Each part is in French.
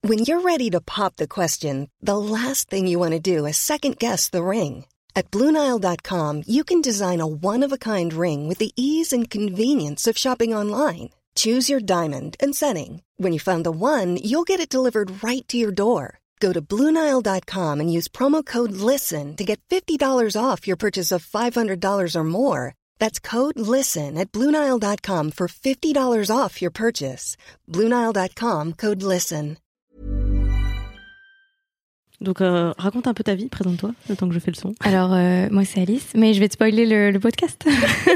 When you're ready to pop the question, the last thing you want to do is second-guess the ring. At BlueNile.com, you can design a one-of-a-kind ring with the ease and convenience of shopping online. Choose your diamond and setting. When you find the one, you'll get it delivered right to your door. Go to BlueNile.com and use promo code LISTEN to get $50 off your purchase of $500 or more. That's code LISTEN at BlueNile.com for $50 off your purchase. BlueNile.com, code LISTEN. Donc, raconte un peu ta vie, présente-toi, le temps que je fais le son. Alors, moi, c'est Alice, mais je vais te spoiler le podcast.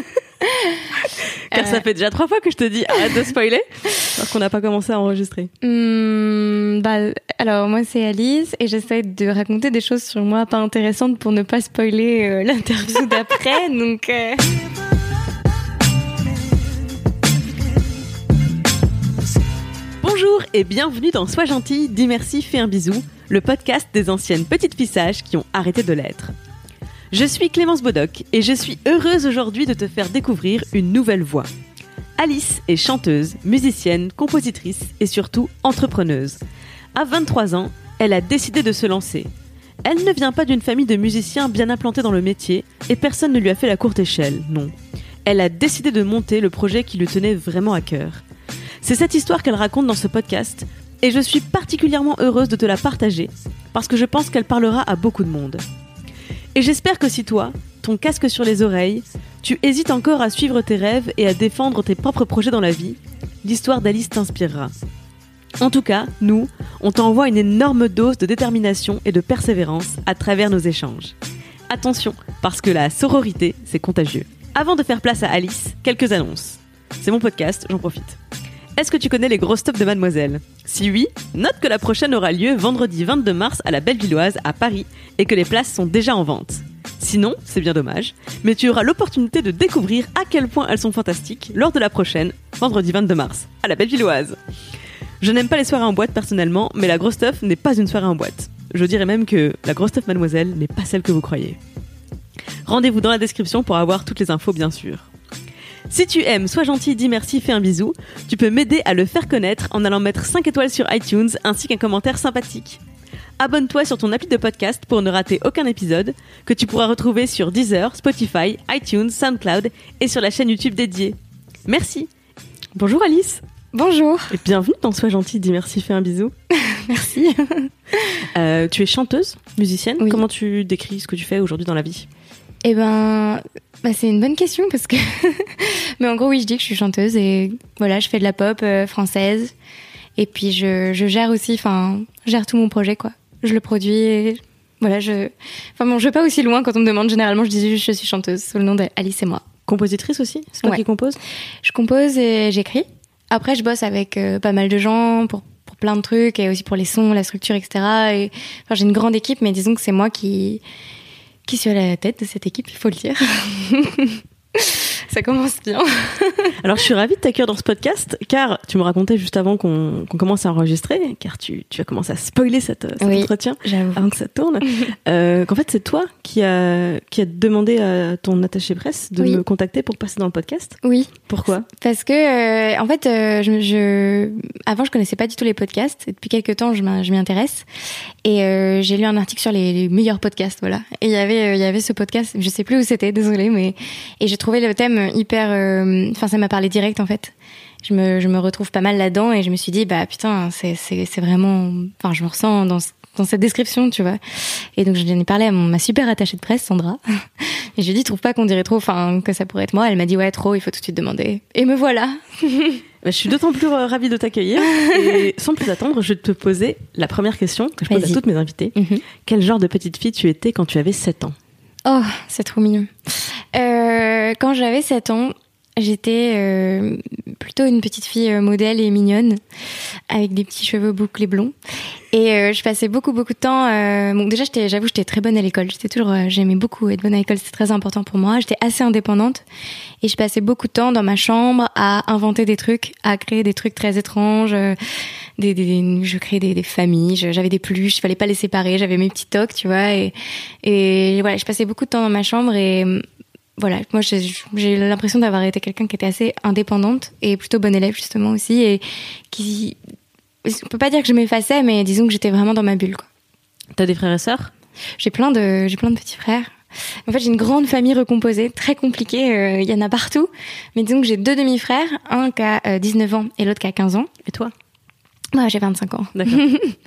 Car ça fait déjà 3 fois que je te dis arrête de spoiler, alors qu'on n'a pas commencé à enregistrer. Alors, moi, c'est Alice, et j'essaie de raconter des choses sur moi pas intéressantes pour ne pas spoiler l'interview d'après, donc... Bonjour et bienvenue dans Sois gentil, dis merci, fais un bisou, le podcast des anciennes petites filles sages qui ont arrêté de l'être. Je suis Clémence Bodoc et je suis heureuse aujourd'hui de te faire découvrir une nouvelle voix. Alice est chanteuse, musicienne, compositrice et surtout entrepreneuse. À 23 ans, elle a décidé de se lancer. Elle ne vient pas d'une famille de musiciens bien implantés dans le métier et personne ne lui a fait la courte échelle, non. Elle a décidé de monter le projet qui lui tenait vraiment à cœur. C'est cette histoire qu'elle raconte dans ce podcast et je suis particulièrement heureuse de te la partager parce que je pense qu'elle parlera à beaucoup de monde. Et j'espère que si toi, ton casque sur les oreilles, tu hésites encore à suivre tes rêves et à défendre tes propres projets dans la vie, l'histoire d'Alice t'inspirera. En tout cas, nous, on t'envoie une énorme dose de détermination et de persévérance à travers nos échanges. Attention, parce que la sororité, c'est contagieux. Avant de faire place à Alice, quelques annonces. C'est mon podcast, j'en profite. Est-ce que tu connais les grosses tops de Mademoiselle ? Si oui, note que la prochaine aura lieu vendredi 22 mars à la Bellevilloise à Paris et que les places sont déjà en vente. Sinon, c'est bien dommage, mais tu auras l'opportunité de découvrir à quel point elles sont fantastiques lors de la prochaine, vendredi 22 mars, à la Bellevilloise. Je n'aime pas les soirées en boîte personnellement, mais la grosse teuf n'est pas une soirée en boîte. Je dirais même que la grosse teuf Mademoiselle n'est pas celle que vous croyez. Rendez-vous dans la description pour avoir toutes les infos bien sûr. Si tu aimes Sois gentil, dis merci, fais un bisou, tu peux m'aider à le faire connaître en allant mettre 5 étoiles sur iTunes ainsi qu'un commentaire sympathique. Abonne-toi sur ton appli de podcast pour ne rater aucun épisode que tu pourras retrouver sur Deezer, Spotify, iTunes, SoundCloud et sur la chaîne YouTube dédiée. Merci. Bonjour Alice. Bonjour. Et bienvenue dans Sois gentil, dis merci, fais un bisou. Merci. Tu es chanteuse, musicienne. Oui. Comment tu décris ce que tu fais aujourd'hui dans la vie ? Eh ben, c'est une bonne question parce que... Mais en gros, oui, je dis que je suis chanteuse et voilà, je fais de la pop française. Et puis, je gère aussi, je gère tout mon projet, quoi. Je le produis et voilà, je vais pas aussi loin quand on me demande. Généralement, je dis juste je suis chanteuse sous le nom d'Alice et moi. Compositrice aussi ? C'est toi qui composes ? Je compose et j'écris. Après, je bosse avec pas mal de gens pour plein de trucs et aussi pour les sons, la structure, etc. Et, j'ai une grande équipe, mais disons que c'est moi qui suis à la tête de cette équipe, il faut le dire. Ça commence bien. Alors, je suis ravie de t'accueillir dans ce podcast, car tu me racontais juste avant qu'on commence à enregistrer, car tu as commencé à spoiler cet entretien avant que ça tourne, qu'en fait, c'est toi qui a demandé à ton attaché presse de me contacter pour passer dans le podcast. Oui. Pourquoi ? Parce que, en fait, avant, je connaissais pas du tout les podcasts. Et depuis quelques temps, je m'y intéresse. Et j'ai lu un article sur les meilleurs podcasts, voilà. Et il y avait ce podcast, je sais plus où c'était, désolée, mais et j'ai trouvé le thème hyper, ça m'a parlé direct en fait. Je me retrouve pas mal là-dedans et je me suis dit putain, c'est vraiment, je me ressens dans cette description, tu vois. Et donc j'en ai parlé à ma super attachée de presse, Sandra. Et je lui ai dit, trouve pas qu'on dirait trop, que ça pourrait être moi. Elle m'a dit ouais, trop, il faut tout de suite demander. Et me voilà. Je suis d'autant plus ravie de t'accueillir. Et sans plus attendre, je vais te poser la première question que je pose à toutes mes invitées. Mm-hmm. Quel genre de petite fille tu étais quand tu avais 7 ans ? Oh, c'est trop mignon. Quand j'avais 7 ans, j'étais plutôt une petite fille modèle et mignonne, avec des petits cheveux bouclés blonds. Et je passais beaucoup de temps... déjà, j'étais très bonne à l'école. J'aimais beaucoup être bonne à l'école, c'était très important pour moi. J'étais assez indépendante. Et je passais beaucoup de temps dans ma chambre à inventer des trucs, à créer des trucs très étranges. Je créais des familles, j'avais des peluches, il fallait pas les séparer, j'avais mes petits tocs, tu vois. Et voilà, je passais beaucoup de temps dans ma chambre et... Voilà, moi j'ai l'impression d'avoir été quelqu'un qui était assez indépendante et plutôt bonne élève justement aussi et qui on peut pas dire que je m'effaçais, mais disons que j'étais vraiment dans ma bulle, quoi. T'as des frères et sœurs? J'ai plein de petits frères. En fait, j'ai une grande famille recomposée, très compliquée. Il y en a partout. Mais disons que j'ai 2 demi-frères, un qui a 19 ans et l'autre qui a 15 ans. Et toi? Moi, j'ai 25 ans. D'accord.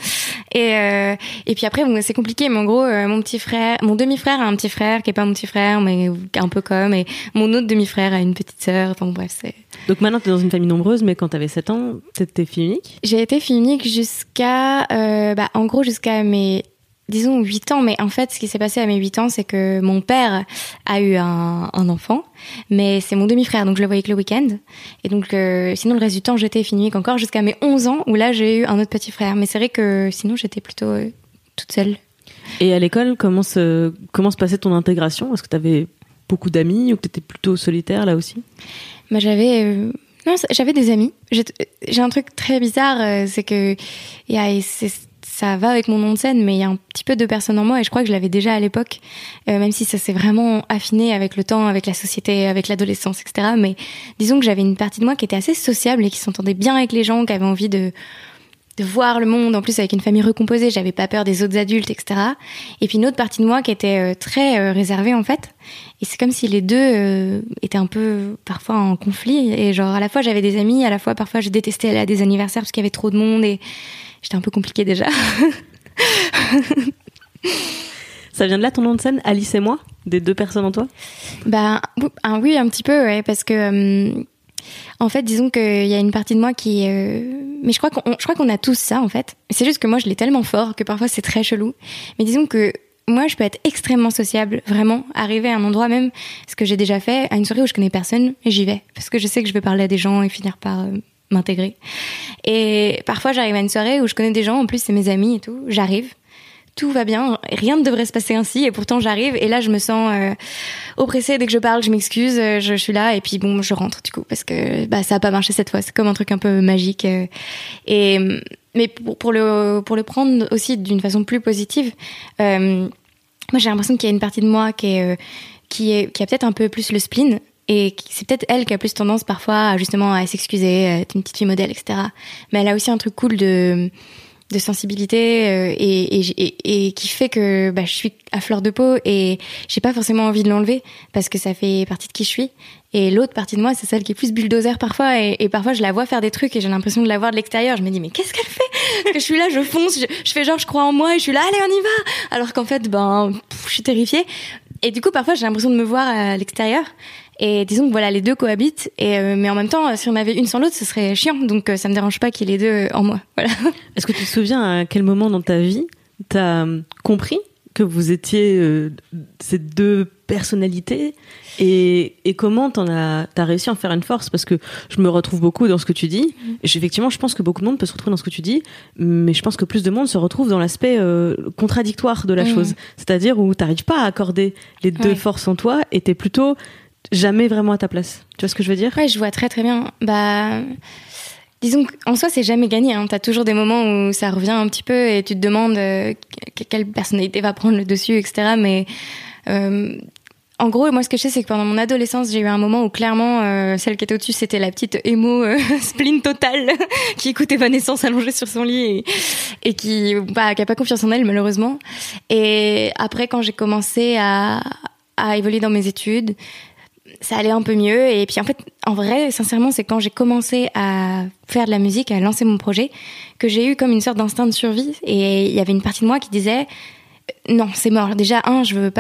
Et puis après, bon, c'est compliqué. Mais en gros, mon demi-frère a un petit frère qui est pas mon petit frère, mais un peu comme. Et mon autre demi-frère a une petite sœur. Enfin bref, c'est... Donc maintenant, t'es dans une famille nombreuse, mais quand t'avais 7 ans, t'étais fille unique? J'ai été fille unique jusqu'à mes... disons 8 ans, mais en fait, ce qui s'est passé à mes 8 ans, c'est que mon père a eu un enfant, mais c'est mon demi-frère, donc je le voyais que le week-end. Et donc, sinon, le reste du temps, j'étais fille unique encore jusqu'à mes 11 ans, où là, j'ai eu un autre petit frère. Mais c'est vrai que sinon, j'étais plutôt toute seule. Et à l'école, comment se passait ton intégration? Est-ce que t'avais beaucoup d'amis ou que t'étais plutôt solitaire, là aussi? Bah, j'avais des amis. J'ai un truc très bizarre, c'est que ça va avec mon nom de scène, mais il y a un petit peu de personne en moi et je crois que je l'avais déjà à l'époque, même si ça s'est vraiment affiné avec le temps, avec la société, avec l'adolescence, etc. Mais disons que j'avais une partie de moi qui était assez sociable et qui s'entendait bien avec les gens, qui avait envie de voir le monde, en plus avec une famille recomposée, j'avais pas peur des autres adultes, etc. Et puis une autre partie de moi qui était très réservée en fait. Et c'est comme si les deux étaient un peu parfois en conflit. Et genre à la fois j'avais des amis, à la fois parfois je détestais aller à des anniversaires parce qu'il y avait trop de monde et j'étais un peu compliquée déjà. Ça vient de là ton nom de scène, Alice et moi, des 2 personnes en toi? Oui, un petit peu, ouais, parce que en fait, disons qu'il y a une partie de moi qui... Mais je crois qu'on a tous ça, en fait. C'est juste que moi, je l'ai tellement fort que parfois, c'est très chelou. Mais disons que moi, je peux être extrêmement sociable, vraiment, arriver à un endroit même, ce que j'ai déjà fait, à une soirée où je connais personne, et j'y vais. Parce que je sais que je vais parler à des gens et finir par m'intégrer. Et parfois, j'arrive à une soirée où je connais des gens, en plus, c'est mes amis et tout. J'arrive. Tout va bien, rien ne devrait se passer ainsi et pourtant j'arrive et là je me sens oppressée dès que je parle, je m'excuse, je suis là et puis bon je rentre du coup parce que ça a pas marché cette fois, c'est comme un truc un peu magique mais pour le prendre aussi d'une façon plus positive, moi j'ai l'impression qu'il y a une partie de moi qui a peut-être un peu plus le spleen. Et c'est peut-être elle qui a plus tendance parfois justement à s'excuser, être une petite fille modèle, etc. Mais elle a aussi un truc cool de sensibilité et qui fait que je suis à fleur de peau et j'ai pas forcément envie de l'enlever parce que ça fait partie de qui je suis. Et l'autre partie de moi, c'est celle qui est plus bulldozer parfois et parfois je la vois faire des trucs et j'ai l'impression de la voir de l'extérieur. Je me dis mais qu'est-ce qu'elle fait? Parce que je suis là, je fonce, je fais genre je crois en moi et je suis là allez on y va. Alors qu'en fait je suis terrifiée. Et du coup parfois j'ai l'impression de me voir à l'extérieur. Et disons que voilà, les deux cohabitent. Mais en même temps, si on avait une sans l'autre, ce serait chiant. Donc ça me dérange pas qu'il y ait les deux en moi. Voilà. Est-ce que tu te souviens à quel moment dans ta vie t'as compris que vous étiez ces 2 personnalités et comment t'as réussi à en faire une force? Parce que je me retrouve beaucoup dans ce que tu dis. Effectivement, je pense que beaucoup de monde peut se retrouver dans ce que tu dis, mais je pense que plus de monde se retrouve dans l'aspect contradictoire de la chose. C'est-à-dire où t'arrives pas à accorder les 2 forces en toi et t'es plutôt jamais vraiment à ta place. Tu vois ce que je veux dire? Ouais, je vois très très bien. Disons qu'en soi, c'est jamais gagné. T'as toujours des moments où ça revient un petit peu et tu te demandes quelle personnalité va prendre le dessus, etc. Mais en gros, moi, ce que je sais, c'est que pendant mon adolescence, j'ai eu un moment où clairement, celle qui était au-dessus, c'était la petite émo spleen totale qui écoutait Evanescence allongée sur son lit et qui a pas confiance en elle, malheureusement. Et après, quand j'ai commencé à évoluer dans mes études, ça allait un peu mieux. Et puis en fait, en vrai, sincèrement, c'est quand j'ai commencé à faire de la musique, à lancer mon projet, que j'ai eu comme une sorte d'instinct de survie. Et il y avait une partie de moi qui disait non, c'est mort. Déjà, je veux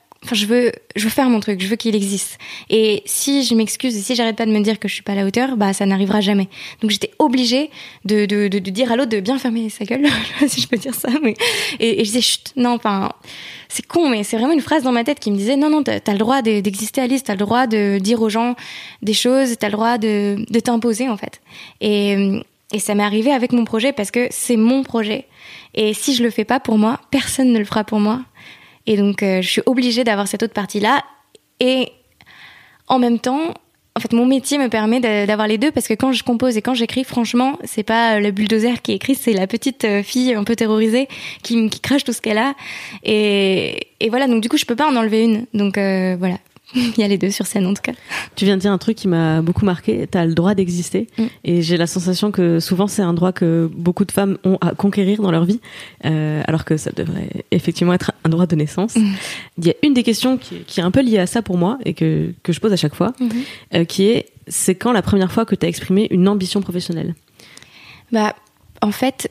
faire mon truc, je veux qu'il existe. Et si je m'excuse et si j'arrête pas de me dire que je suis pas à la hauteur, ça n'arrivera jamais. Donc j'étais obligée de dire à l'autre de bien fermer sa gueule, si je peux dire ça. Et je disais chut, non, c'est con, mais c'est vraiment une phrase dans ma tête qui me disait non, t'as le droit d'exister, Alice, t'as le droit de dire aux gens des choses, t'as le droit de t'imposer en fait. Et ça m'est arrivé avec mon projet parce que c'est mon projet. Et si je le fais pas pour moi, personne ne le fera pour moi. Et donc, je suis obligée d'avoir cette autre partie-là. Et en même temps, en fait, mon métier me permet d'avoir les 2 parce que quand je compose et quand j'écris, franchement, c'est pas le bulldozer qui écrit, c'est la petite fille un peu terrorisée qui crache tout ce qu'elle a. Et voilà, donc du coup, je peux pas en enlever une. Donc voilà. Il y a les deux sur scène en tout cas. Tu viens de dire un truc qui m'a beaucoup marqué, t'as le droit d'exister. Et j'ai la sensation que souvent c'est un droit que beaucoup de femmes ont à conquérir dans leur vie, alors que ça devrait effectivement être un droit de naissance. Il y a une des questions qui est un peu liée à ça pour moi et que je pose à chaque fois, qui est, c'est quand la première fois que t'as exprimé une ambition professionnelle? Bah, en fait,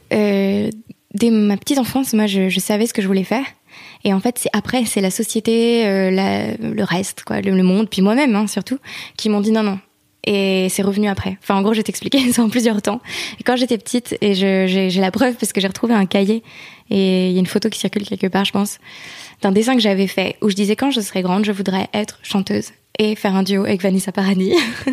dès ma petite enfance, moi je savais ce que je voulais faire. Et en fait, c'est la société, le reste, quoi, le monde, puis moi-même, hein, surtout, qui m'ont dit non. Et c'est revenu après. Enfin, en gros, je vais t'expliquer ça en plusieurs temps. Et quand j'étais petite, et j'ai la preuve parce que j'ai retrouvé un cahier, et il y a une photo qui circule quelque part, je pense, d'un dessin que j'avais fait, où je disais quand je serai grande, je voudrais être chanteuse et faire un duo avec Vanessa Paradis.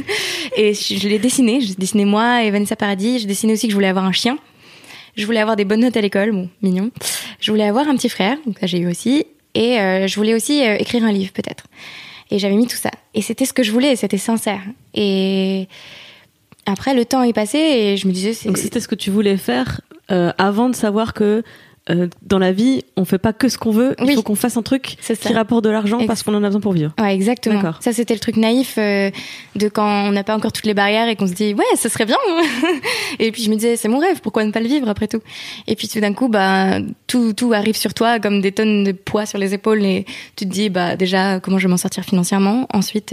Et je l'ai dessiné. J'ai dessiné moi et Vanessa Paradis. J'ai dessiné aussi que je voulais avoir un chien. Je voulais avoir des bonnes notes à l'école, bon, mignon. Je voulais avoir un petit frère, donc ça j'ai eu aussi. Et je voulais aussi écrire un livre, peut-être. Et j'avais mis tout ça. Et c'était ce que je voulais, c'était sincère. Et après, le temps est passé et je me disais... Donc c'était ce que tu voulais faire avant de savoir que dans la vie, on fait pas que ce qu'on veut, il faut qu'on fasse un truc qui rapporte de l'argent parce qu'on en a besoin pour vivre. Ouais, exactement. D'accord. Ça, c'était le truc naïf de quand on n'a pas encore toutes les barrières et qu'on se dit ouais, ça serait bien. Et puis je me disais c'est mon rêve, pourquoi ne pas le vivre après tout. Et puis tout d'un coup, bah tout arrive sur toi comme des tonnes de poids sur les épaules et tu te dis bah déjà comment je vais m'en sortir financièrement. Ensuite,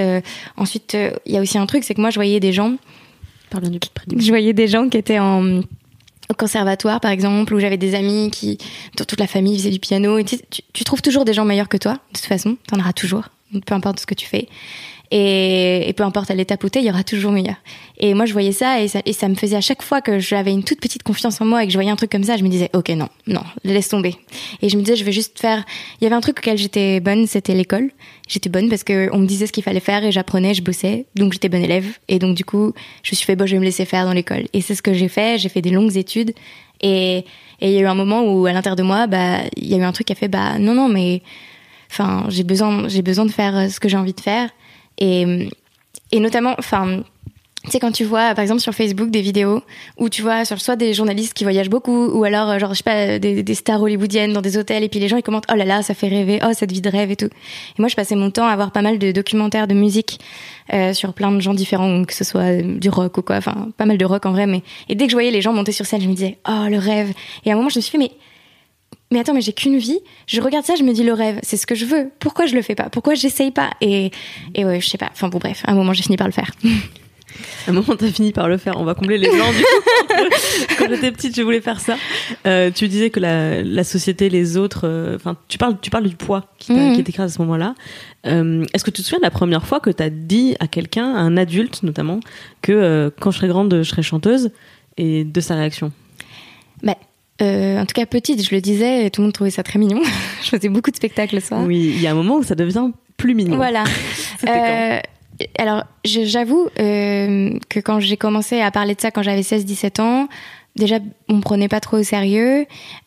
il y a aussi un truc, c'est que moi je voyais des gens. Parle bien du près du... Je voyais des gens qui étaient au conservatoire, par exemple, où j'avais des amis qui, dans toute la famille, faisaient du piano. Et tu trouves toujours des gens meilleurs que toi, de toute façon. T'en auras toujours, peu importe ce que tu fais. Et peu importe à l'étape où t'es, il y aura toujours meilleur. Et moi, je voyais ça et ça me faisait à chaque fois que j'avais une toute petite confiance en moi et que je voyais un truc comme ça, je me disais, ok, non, laisse tomber. Et je me disais, je vais juste faire... Il y avait un truc auquel j'étais bonne, c'était l'école. J'étais bonne parce que on me disait ce qu'il fallait faire et j'apprenais, je bossais. Donc, j'étais bonne élève. Et donc, du coup, je me suis fait, je vais me laisser faire dans l'école. Et c'est ce que j'ai fait. J'ai fait des longues études. Et il y a eu un moment où, à l'intérieur de moi, il y a eu un truc qui a fait, non, mais, enfin, j'ai besoin de faire ce que j'ai envie de faire. Et notamment, enfin, tu sais, quand tu vois, par exemple, sur Facebook, des vidéos où tu vois soit des journalistes qui voyagent beaucoup, ou alors, genre, je sais pas, des stars hollywoodiennes dans des hôtels, et puis les gens, ils commentent, oh là là, ça fait rêver, oh, cette vie de rêve et tout. Et moi, je passais mon temps à voir pas mal de documentaires de musique, sur plein de gens différents, que ce soit du rock ou quoi, enfin, pas mal de rock en vrai, et dès que je voyais les gens monter sur scène, je me disais, oh, le rêve. Et à un moment, je me suis fait, mais attends, mais j'ai qu'une vie. Je regarde ça, je me dis le rêve, c'est ce que je veux. Pourquoi je le fais pas? Pourquoi j'essaye pas? Et ouais, je sais pas. Enfin bon, bref, à un moment, j'ai fini par le faire. À un moment, t'as fini par le faire. On va combler les blancs du coup. Quand j'étais petite, je voulais faire ça. Tu disais que la société, les autres, enfin, tu parles du poids qui t'écrase à ce moment-là. Est-ce que tu te souviens de la première fois que t'as dit à quelqu'un, à un adulte notamment, que quand je serai grande, je serai chanteuse, et de sa réaction? En tout cas, petite, je le disais, et tout le monde trouvait ça très mignon. Je faisais beaucoup de spectacles le soir. Oui, il y a un moment où ça devient plus mignon. Voilà. Alors, j'avoue que quand j'ai commencé à parler de ça quand j'avais 16-17 ans, déjà, on me prenait pas trop au sérieux.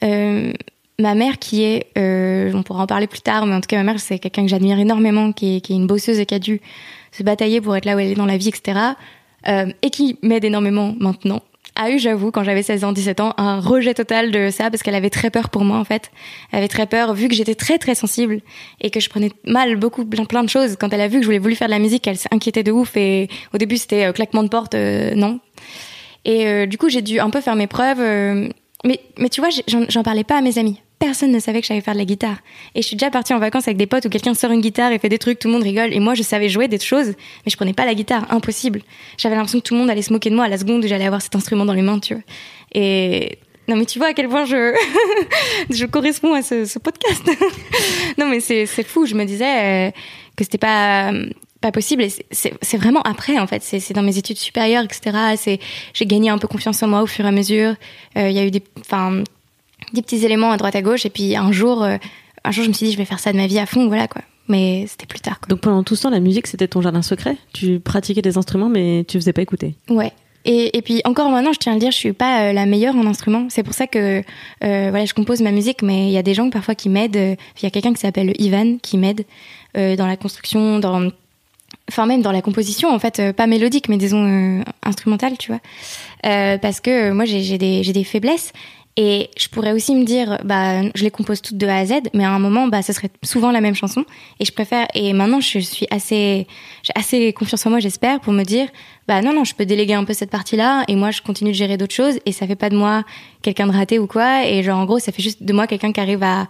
Ma mère qui est, on pourra en parler plus tard, mais en tout cas, ma mère, c'est quelqu'un que j'admire énormément, qui est une bosseuse et qui a dû se batailler pour être là où elle est dans la vie, etc. Et qui m'aide énormément maintenant. A eu, j'avoue, quand j'avais 16 ans, 17 ans, un rejet total de ça parce qu'elle avait très peur pour moi, en fait. Elle avait très peur, vu que j'étais très, très sensible et que je prenais mal plein de choses. Quand elle a vu que je voulais faire de la musique, elle s'inquiétait de ouf et au début, c'était claquement de porte, non. Et du coup, j'ai dû un peu faire mes preuves. Mais tu vois, j'en parlais pas à mes amis. Personne ne savait que je savais faire de la guitare. Et je suis déjà partie en vacances avec des potes où quelqu'un sort une guitare et fait des trucs, tout le monde rigole. Et moi, je savais jouer des choses, mais je prenais pas la guitare, impossible. J'avais l'impression que tout le monde allait se moquer de moi à la seconde où j'allais avoir cet instrument dans les mains, tu vois. Et non, mais tu vois à quel point je corresponds à ce podcast. Non, mais c'est fou. Je me disais que c'était pas possible. Et c'est vraiment après, en fait. C'est dans mes études supérieures, etc. J'ai gagné un peu confiance en moi au fur et à mesure. Il y a eu des petits éléments à droite à gauche, et puis un jour je me suis dit je vais faire ça de ma vie à fond, voilà quoi. Mais c'était plus tard, quoi. Donc pendant tout ce temps, la musique c'était ton jardin secret? Tu pratiquais des instruments mais tu faisais pas écouter? Ouais. Et puis encore maintenant, je tiens à le dire, je suis pas la meilleure en instruments. C'est pour ça que je compose ma musique, mais il y a des gens parfois qui m'aident. Il y a quelqu'un qui s'appelle Ivan qui m'aide dans la construction, même dans la composition, en fait, pas mélodique, mais disons instrumentale, tu vois. Parce que moi j'ai des faiblesses. Et je pourrais aussi me dire, je les compose toutes de A à Z, mais à un moment, ce serait souvent la même chanson. Et je préfère, et maintenant, j'ai assez confiance en moi, j'espère, pour me dire, non, je peux déléguer un peu cette partie-là, et moi, je continue de gérer d'autres choses, et ça fait pas de moi quelqu'un de raté ou quoi, et genre, en gros, ça fait juste de moi quelqu'un qui arrive à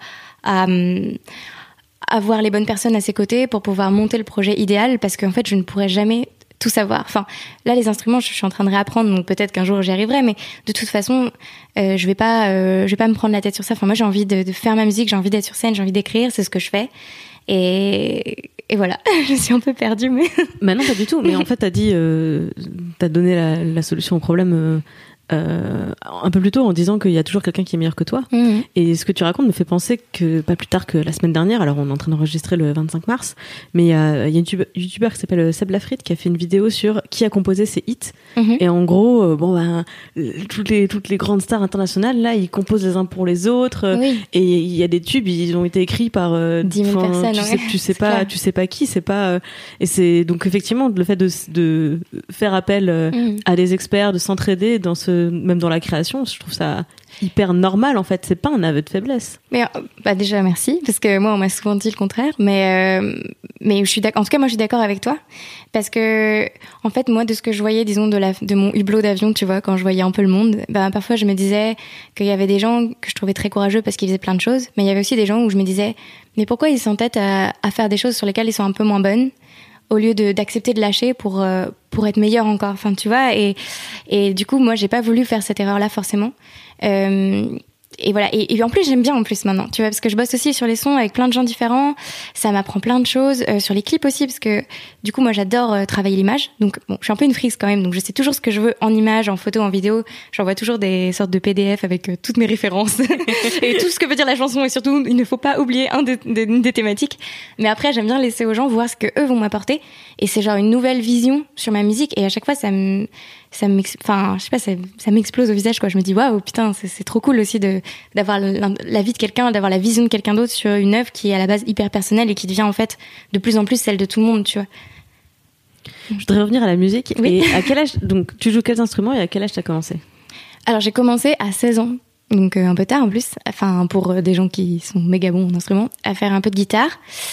avoir les bonnes personnes à ses côtés pour pouvoir monter le projet idéal, parce qu'en fait, je ne pourrais jamais tout savoir. Enfin, là, les instruments, je suis en train de réapprendre, donc peut-être qu'un jour j'y arriverai, mais de toute façon, je vais pas me prendre la tête sur ça. Enfin, moi, j'ai envie de faire ma musique, j'ai envie d'être sur scène, j'ai envie d'écrire, c'est ce que je fais. Et voilà, je suis un peu perdue, mais... Non, pas du tout. Mais en fait, t'as donné la solution au problème un peu plus tôt en disant qu'il y a toujours quelqu'un qui est meilleur que toi. Mmh. Et ce que tu racontes me fait penser que pas plus tard que la semaine dernière, alors on est en train d'enregistrer le 25 mars, mais il y a un youtubeur qui s'appelle Seb Lafrite qui a fait une vidéo sur qui a composé ses hits. Mmh. Et en gros, toutes les grandes stars internationales, là, ils composent les uns pour les autres. Oui. Et il y a des tubes, ils ont été écrits par 10 000 personnes. Tu sais pas qui, c'est pas. Et c'est donc effectivement le fait de faire appel à des experts, de s'entraider même dans la création, je trouve ça hyper normal en fait. C'est pas un aveu de faiblesse. Mais déjà merci, parce que moi on m'a souvent dit le contraire, mais je suis d'accord. En tout cas moi je suis d'accord avec toi, parce que en fait moi de ce que je voyais, disons de mon hublot d'avion, tu vois, quand je voyais un peu le monde, parfois je me disais qu'il y avait des gens que je trouvais très courageux parce qu'ils faisaient plein de choses, mais il y avait aussi des gens où je me disais mais pourquoi ils s'entêtent à faire des choses sur lesquelles ils sont un peu moins bonnes, au lieu d'accepter de lâcher pour être meilleur encore. Enfin, tu vois, et du coup, moi, j'ai pas voulu faire cette erreur-là, forcément. Et voilà. Et en plus, j'aime bien, en plus, maintenant, tu vois, parce que je bosse aussi sur les sons avec plein de gens différents. Ça m'apprend plein de choses. Sur les clips aussi, parce que, du coup, moi, j'adore travailler l'image. Donc, bon, je suis un peu une freak quand même. Donc, je sais toujours ce que je veux en image, en photo, en vidéo. J'envoie toujours des sortes de PDF avec toutes mes références et tout ce que veut dire la chanson. Et surtout, il ne faut pas oublier une des thématiques. Mais après, j'aime bien laisser aux gens voir ce que eux vont m'apporter. Et c'est genre une nouvelle vision sur ma musique. Et à chaque fois, ça m'explose au visage, quoi. Je me dis, waouh, putain, c'est trop cool aussi d'avoir la vie de quelqu'un, d'avoir la vision de quelqu'un d'autre sur une œuvre qui est à la base hyper personnelle et qui devient en fait de plus en plus celle de tout le monde, tu vois. Je voudrais revenir à la musique. Oui. Et à quel âge, donc, tu joues quels instruments et à quel âge t'as commencé? Alors, j'ai commencé à 16 ans. Donc un peu tard en plus, enfin pour des gens qui sont méga bons en instrument, à faire un peu de guitare,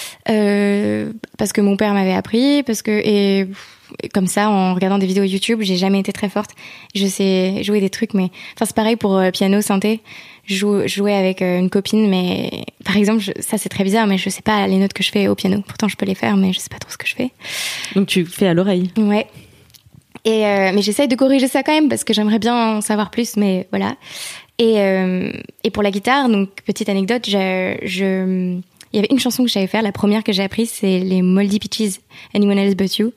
parce que mon père m'avait appris, et comme ça en regardant des vidéos YouTube, j'ai jamais été très forte. Je sais jouer des trucs, mais enfin c'est pareil pour piano, synthé. Je jouais avec une copine, mais par exemple ça c'est très bizarre, mais je sais pas les notes que je fais au piano. Pourtant je peux les faire, mais je sais pas trop ce que je fais. Donc tu fais à l'oreille. Ouais. Mais j'essaye de corriger ça quand même parce que j'aimerais bien en savoir plus, mais voilà. Et pour la guitare, donc petite anecdote, il y avait une chanson que j'avais faire, la première que j'ai apprise, c'est les Moldy Peaches, Anyone Else But You.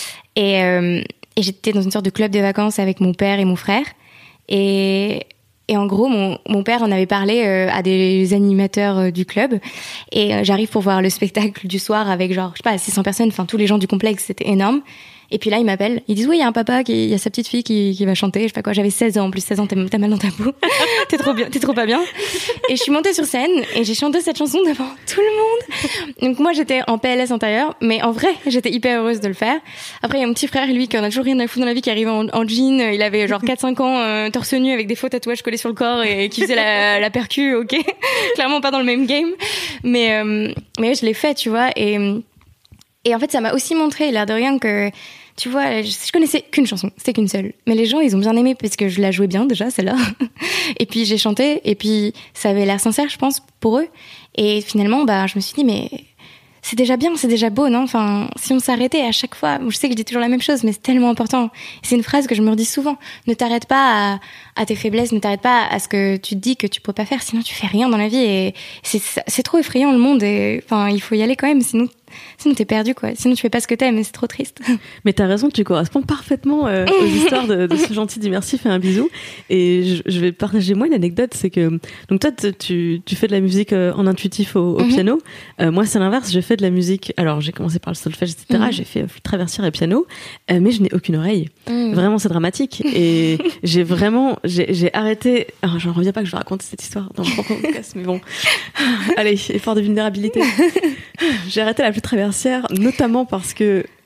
Et j'étais dans une sorte de club de vacances avec mon père et mon frère. Et en gros, mon père en avait parlé à des animateurs du club. Et j'arrive pour voir le spectacle du soir avec genre, je sais pas, 600 personnes, enfin tous les gens du complexe, c'était énorme. Et puis là, ils m'appellent. Ils disent, oui, il y a un papa, il y a sa petite fille qui va chanter. Je sais pas quoi. J'avais 16 ans. En plus, 16 ans, t'as mal dans ta peau. T'es trop pas bien. Et je suis montée sur scène et j'ai chanté cette chanson devant tout le monde. Donc moi, j'étais en PLS intérieur. Mais en vrai, j'étais hyper heureuse de le faire. Après, il y a mon petit frère, lui, qui en a toujours rien à foutre dans la vie, qui arrivait en jean. Il avait genre 4-5 ans, torse nu avec des faux tatouages collés sur le corps et qui faisait la percu, ok. Clairement pas dans le même game. Mais je l'ai fait, tu vois. Et en fait, ça m'a aussi montré, l'air de rien, que, tu vois, je connaissais qu'une chanson, c'était qu'une seule. Mais les gens, ils ont bien aimé parce que je la jouais bien déjà, celle-là. Et puis j'ai chanté, et puis ça avait l'air sincère, je pense, pour eux. Et finalement, je me suis dit, mais c'est déjà bien, c'est déjà beau, non? Enfin, si on s'arrêtait à chaque fois, je sais que je dis toujours la même chose, mais c'est tellement important. C'est une phrase que je me redis souvent. Ne t'arrête pas à tes faiblesses, ne t'arrête pas à ce que tu te dis que tu peux pas faire, sinon tu fais rien dans la vie. Et c'est trop effrayant le monde, et enfin, il faut y aller quand même, sinon t'es perdu, quoi. Sinon tu fais pas ce que t'aimes, et c'est trop triste. Mais t'as raison, tu corresponds parfaitement aux histoires de ce gentil d'immersif et un bisou. Et je vais partager moi une anecdote, c'est que donc toi tu fais de la musique en intuitif au piano. Moi c'est l'inverse, j'ai fait de la musique. Alors j'ai commencé par le solfège, etc. J'ai fait flûte traversière et piano, mais je n'ai aucune oreille. Vraiment c'est dramatique. Et j'ai arrêté. Alors j'en reviens pas que je raconte cette histoire dans mon propre podcast, mais bon. Allez, effort de vulnérabilité. J'ai arrêté la flûte traversière, notamment parce que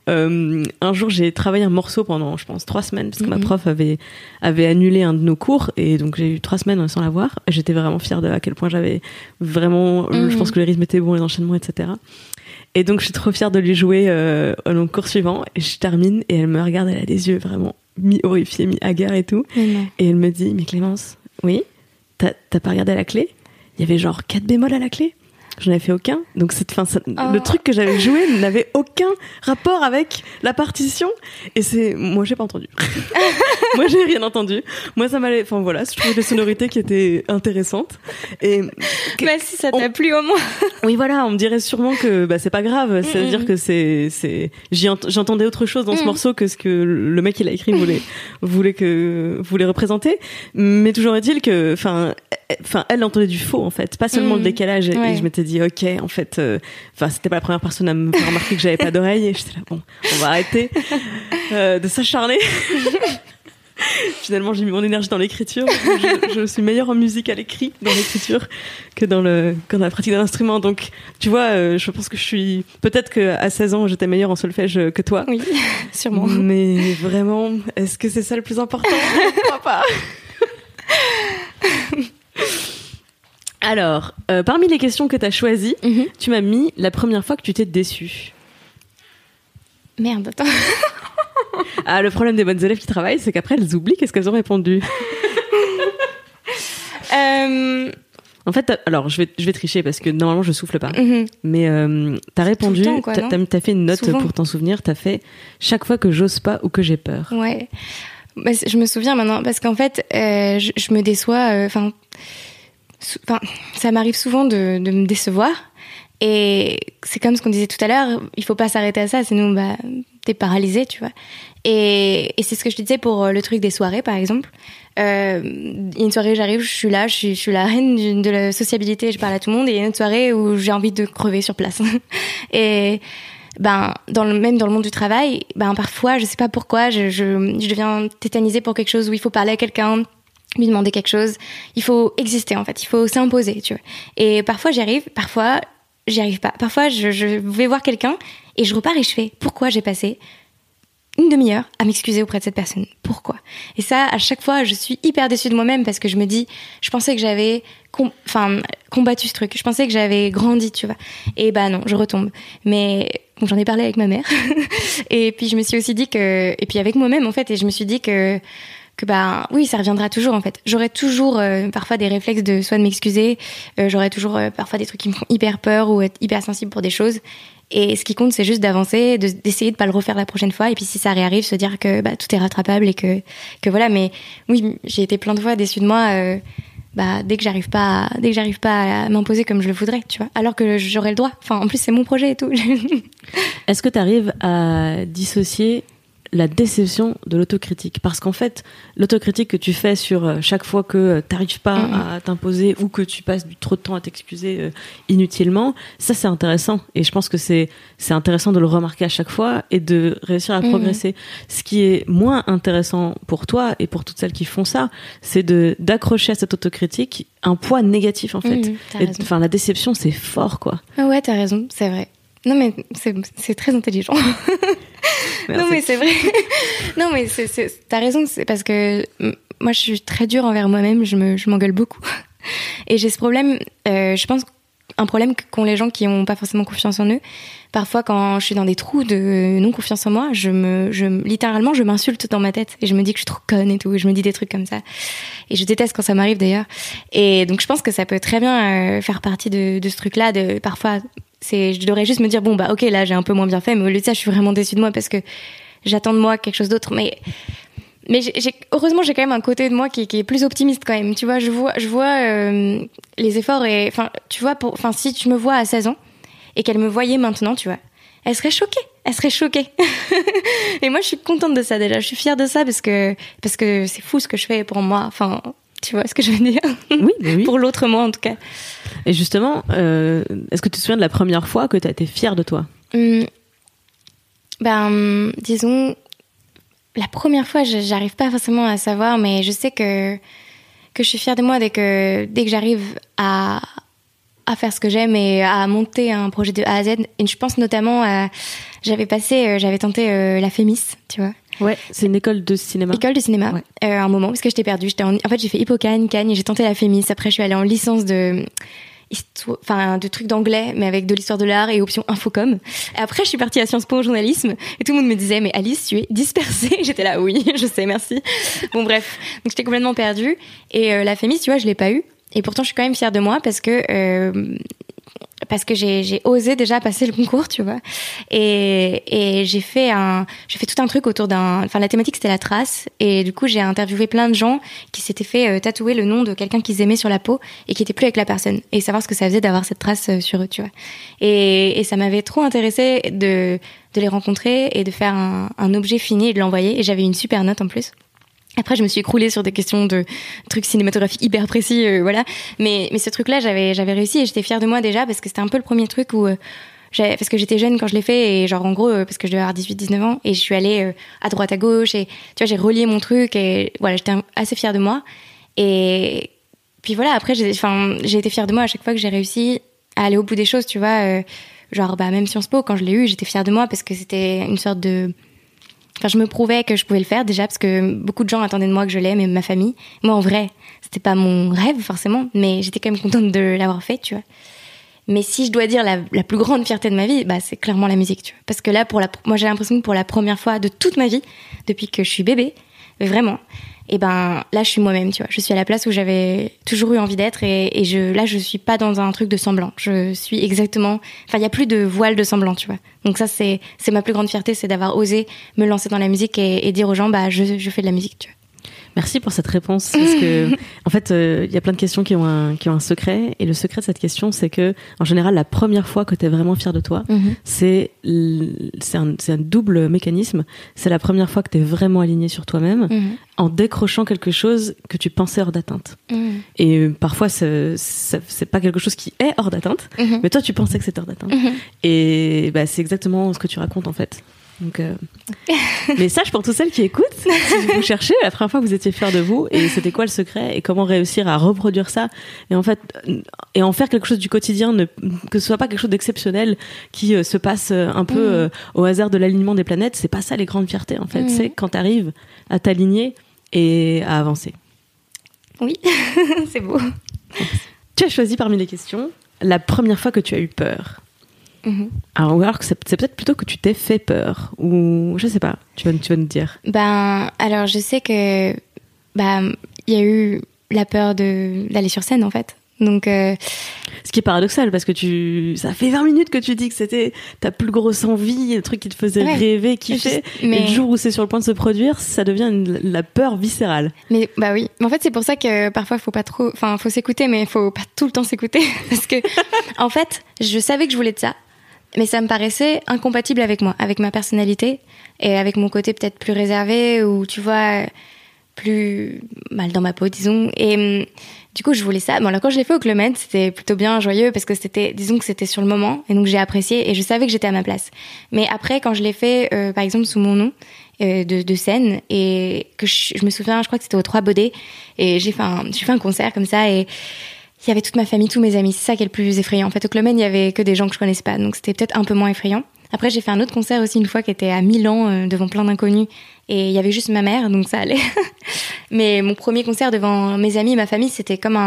un jour, j'ai travaillé un morceau pendant, je pense, 3 semaines, parce que ma prof avait annulé un de nos cours, et donc j'ai eu 3 semaines sans la voir. J'étais vraiment fière de à quel point j'avais vraiment, je pense que le rythme était bon, les enchaînements, etc. Et donc, je suis trop fière de lui jouer au cours suivant, et je termine, et elle me regarde, elle a des yeux vraiment mi-horrifiés, mi-hagards et tout. Et elle me dit, mais Clémence, oui, t'as pas regardé la clé? Il y avait genre 4 bémols à la clé. J'en avais fait aucun. Donc le truc que j'avais joué n'avait aucun rapport avec la partition. Et moi, j'ai pas entendu. Moi, j'ai rien entendu. Moi, ça m'allait, enfin voilà, je trouvais des sonorités qui étaient intéressantes. Et bah si ça t'a plu au moins. Oui, voilà, on me dirait sûrement que c'est pas grave. C'est-à-dire que j'entendais autre chose dans ce morceau que ce que le mec il a écrit voulait représenter. Mais toujours est-il que, enfin, elle entendait du faux en fait, pas seulement le décalage. Et je m'étais dit ok, en fait, c'était pas la première personne à me faire remarquer que j'avais pas d'oreille. Et j'étais là, bon, on va arrêter de s'acharner. Finalement, j'ai mis mon énergie dans l'écriture. Je suis meilleure en musique à l'écrit, dans l'écriture, que dans la pratique d'un instrument. Donc, tu vois, je pense que peut-être qu'à 16 ans, j'étais meilleure en solfège que toi. Oui, sûrement. Mais vraiment, est-ce que c'est ça le plus important? Je crois pas. Alors, parmi les questions que tu as choisies, tu m'as mis la première fois que tu t'es déçue. Merde, attends. Ah, le problème des bonnes élèves qui travaillent, c'est qu'après, elles oublient qu'est-ce qu'elles ont répondu. En fait, alors, je vais tricher parce que normalement, je souffle pas. Mais t'as répondu, t'as fait une note souvent. Pour t'en souvenir, t'as fait « Chaque fois que j'ose pas ou que j'ai peur ». Ouais. Bah, je me souviens maintenant, parce qu'en fait, je me déçois... ça m'arrive souvent de me décevoir. Et c'est comme ce qu'on disait tout à l'heure, il faut pas s'arrêter à ça, sinon t'es paralysé, tu vois. Et c'est ce que je te disais pour le truc des soirées, par exemple. Une soirée, j'arrive, je suis là, je suis la reine de la sociabilité, je parle à tout le monde, et il y a une autre soirée où j'ai envie de crever sur place. Et même dans le monde du travail, parfois, je sais pas pourquoi, je deviens tétanisée pour quelque chose où il faut parler à quelqu'un, lui demander quelque chose. Il faut exister, en fait. Il faut s'imposer, tu vois. Et parfois, j'y arrive. Parfois, j'y arrive pas. Parfois, je vais voir quelqu'un et je repars et je fais « Pourquoi j'ai passé une demi-heure à m'excuser auprès de cette personne? Pourquoi ?» Et ça, à chaque fois, je suis hyper déçue de moi-même parce que je me dis « Je pensais que j'avais combattu ce truc. Je pensais que j'avais grandi, tu vois. » Et non, je retombe. Mais bon, j'en ai parlé avec ma mère. Et puis, je me suis aussi dit que... Et puis, avec moi-même, en fait. Et je me suis dit que oui, ça reviendra toujours en fait. J'aurai toujours parfois des réflexes de m'excuser, j'aurai toujours parfois des trucs qui me font hyper peur ou être hyper sensible pour des choses. Et ce qui compte, c'est juste d'avancer, d'essayer de pas le refaire la prochaine fois. Et puis si ça réarrive, se dire que tout est rattrapable et que voilà. Mais oui, j'ai été plein de fois déçue de moi dès que j'arrive pas à m'imposer comme je le voudrais, tu vois. Alors que j'aurais le droit. Enfin, en plus c'est mon projet et tout. Est-ce que tu arrives à dissocier la déception de l'autocritique? Parce qu'en fait, l'autocritique que tu fais sur chaque fois que t'arrives pas à t'imposer ou que tu passes trop de temps à t'excuser inutilement, ça c'est intéressant. Et je pense que c'est intéressant de le remarquer à chaque fois et de réussir à progresser. Ce qui est moins intéressant pour toi et pour toutes celles qui font ça, c'est d'accrocher à cette autocritique un poids négatif en fait. Enfin, la déception, c'est fort quoi. Ah ouais, t'as raison, c'est vrai. Non mais c'est très intelligent. Merci. Non mais c'est vrai. Non mais t'as raison, c'est parce que moi je suis très dure envers moi-même, je m'engueule beaucoup. Et j'ai ce problème, je pense un problème qu'ont les gens qui ont pas forcément confiance en eux. Parfois quand je suis dans des trous de non confiance en moi, littéralement je m'insulte dans ma tête et je me dis que je suis trop conne et tout, et je me dis des trucs comme ça. Et je déteste quand ça m'arrive d'ailleurs. Et donc je pense que ça peut très bien faire partie de ce truc-là, de parfois je devrais juste me dire ok, là j'ai un peu moins bien fait, mais au lieu de ça je suis vraiment déçue de moi parce que j'attends de moi quelque chose d'autre. Mais heureusement j'ai quand même un côté de moi qui est plus optimiste quand même, tu vois. Je vois les efforts, et enfin tu vois, si tu me vois à 16 ans et qu'elle me voyait maintenant, tu vois, elle serait choquée. Et moi je suis contente de ça déjà, je suis fière de ça parce que c'est fou ce que je fais pour moi, enfin tu vois ce que je veux dire? Oui. Pour l'autre moi en tout cas. Et justement, est-ce que tu te souviens de la première fois que tu as été fière de toi? Disons, la première fois, j'arrive pas forcément à savoir, mais je sais que je suis fière de moi dès que j'arrive à à faire ce que j'aime et à monter un projet de A à Z. Et je pense notamment à... J'avais tenté la Fémis, tu vois. Ouais, c'est une école de cinéma. École de cinéma, ouais. Un moment, parce que j'étais perdue. En fait, j'ai fait Hippocagne, Cagne, et j'ai tenté la Fémis. Après, je suis allée en licence de trucs d'anglais, mais avec de l'histoire de l'art et option infocom. Et après, je suis partie à Sciences Po en journalisme, et tout le monde me disait, mais Alice, tu es dispersée. J'étais là, oui, je sais, merci. Bon, bref. Donc, j'étais complètement perdue. Et la Fémis, tu vois, je l'ai pas eu. Et pourtant, je suis quand même fière de moi parce que j'ai osé déjà passer le concours, tu vois. Et j'ai fait tout un truc autour la thématique c'était la trace. Et du coup, j'ai interviewé plein de gens qui s'étaient fait tatouer le nom de quelqu'un qu'ils aimaient sur la peau et qui étaient plus avec la personne. Et savoir ce que ça faisait d'avoir cette trace sur eux, tu vois. Et ça m'avait trop intéressée de les rencontrer et de faire un objet fini et de l'envoyer. Et j'avais une super note en plus. Après, je me suis écroulée sur des questions de trucs cinématographiques hyper précis, voilà. Mais ce truc-là, j'avais réussi et j'étais fière de moi déjà parce que c'était un peu le premier truc où parce que j'étais jeune quand je l'ai fait et genre en gros parce que je devais avoir 18-19 ans et je suis allée à droite à gauche et tu vois, j'ai relié mon truc et voilà, j'étais assez fière de moi. Et puis voilà, après j'ai été fière de moi à chaque fois que j'ai réussi à aller au bout des choses, tu vois, même Sciences Po quand je l'ai eu, j'étais fière de moi parce que c'était une sorte de... je me prouvais que je pouvais le faire déjà parce que beaucoup de gens attendaient de moi que je l'aime, même ma famille. Moi, en vrai, c'était pas mon rêve forcément, mais j'étais quand même contente de l'avoir fait, tu vois. Mais si je dois dire la plus grande fierté de ma vie, bah c'est clairement la musique, tu vois. Parce que là, moi, j'ai l'impression que pour la première fois de toute ma vie, depuis que je suis bébé, vraiment, et ben là, je suis moi-même, tu vois. Je suis à la place où j'avais toujours eu envie d'être et je suis pas dans un truc de semblant. Je suis exactement... il y a plus de voile de semblant, tu vois. Donc ça, c'est ma plus grande fierté, c'est d'avoir osé me lancer dans la musique et dire aux gens, bah, je fais de la musique, tu vois. Merci pour cette réponse parce que en fait il y a plein de questions qui ont un secret et le secret de cette question c'est que en général la première fois que tu es vraiment fier de toi c'est un double mécanisme. C'est la première fois que tu es vraiment aligné sur toi-même en décrochant quelque chose que tu pensais hors d'atteinte. Et parfois c'est pas quelque chose qui est hors d'atteinte mais toi tu pensais que c'était hors d'atteinte. Et bah c'est exactement ce que tu racontes en fait. Donc, message pour toutes celles qui écoutent, si vous cherchez la première fois que vous étiez fiers de vous et c'était quoi le secret et comment réussir à reproduire ça et en fait et en faire quelque chose du quotidien, que ce soit pas quelque chose d'exceptionnel qui se passe un peu au hasard de l'alignement des planètes. C'est pas ça les grandes fiertés en fait, c'est quand t'arrives à t'aligner et à avancer. Oui, c'est beau. Tu as choisi parmi les questions la première fois que tu as eu peur. Alors que c'est peut-être plutôt que tu t'es fait peur ou je sais pas, tu vas nous dire. Alors je sais que il y a eu la peur d'aller sur scène en fait. Donc ce qui est paradoxal parce que ça fait 20 minutes que tu dis que c'était ta plus grosse envie, le truc qui te faisait rêver, kiffer, et le jour où c'est sur le point de se produire, ça devient la peur viscérale. Mais oui, en fait c'est pour ça que parfois faut s'écouter mais il faut pas tout le temps s'écouter parce que en fait, je savais que je voulais de ça. Mais ça me paraissait incompatible avec moi, avec ma personnalité et avec mon côté peut-être plus réservé ou tu vois plus mal dans ma peau disons. Et du coup je voulais ça. Bon alors quand je l'ai fait au Club Med c'était plutôt bien joyeux parce que c'était sur le moment et donc j'ai apprécié et je savais que j'étais à ma place. Mais après quand je l'ai fait par exemple sous mon nom de scène et que je me souviens, je crois que c'était aux Trois Baudets et j'ai fait un concert comme ça et il y avait toute ma famille, tous mes amis. C'est ça qui est le plus effrayant. En fait, au Club Med, il y avait que des gens que je connaissais pas. Donc, c'était peut-être un peu moins effrayant. Après, j'ai fait un autre concert aussi une fois qui était à Milan, devant plein d'inconnus. Et il y avait juste ma mère, donc ça allait. Mais mon premier concert devant mes amis et ma famille, c'était comme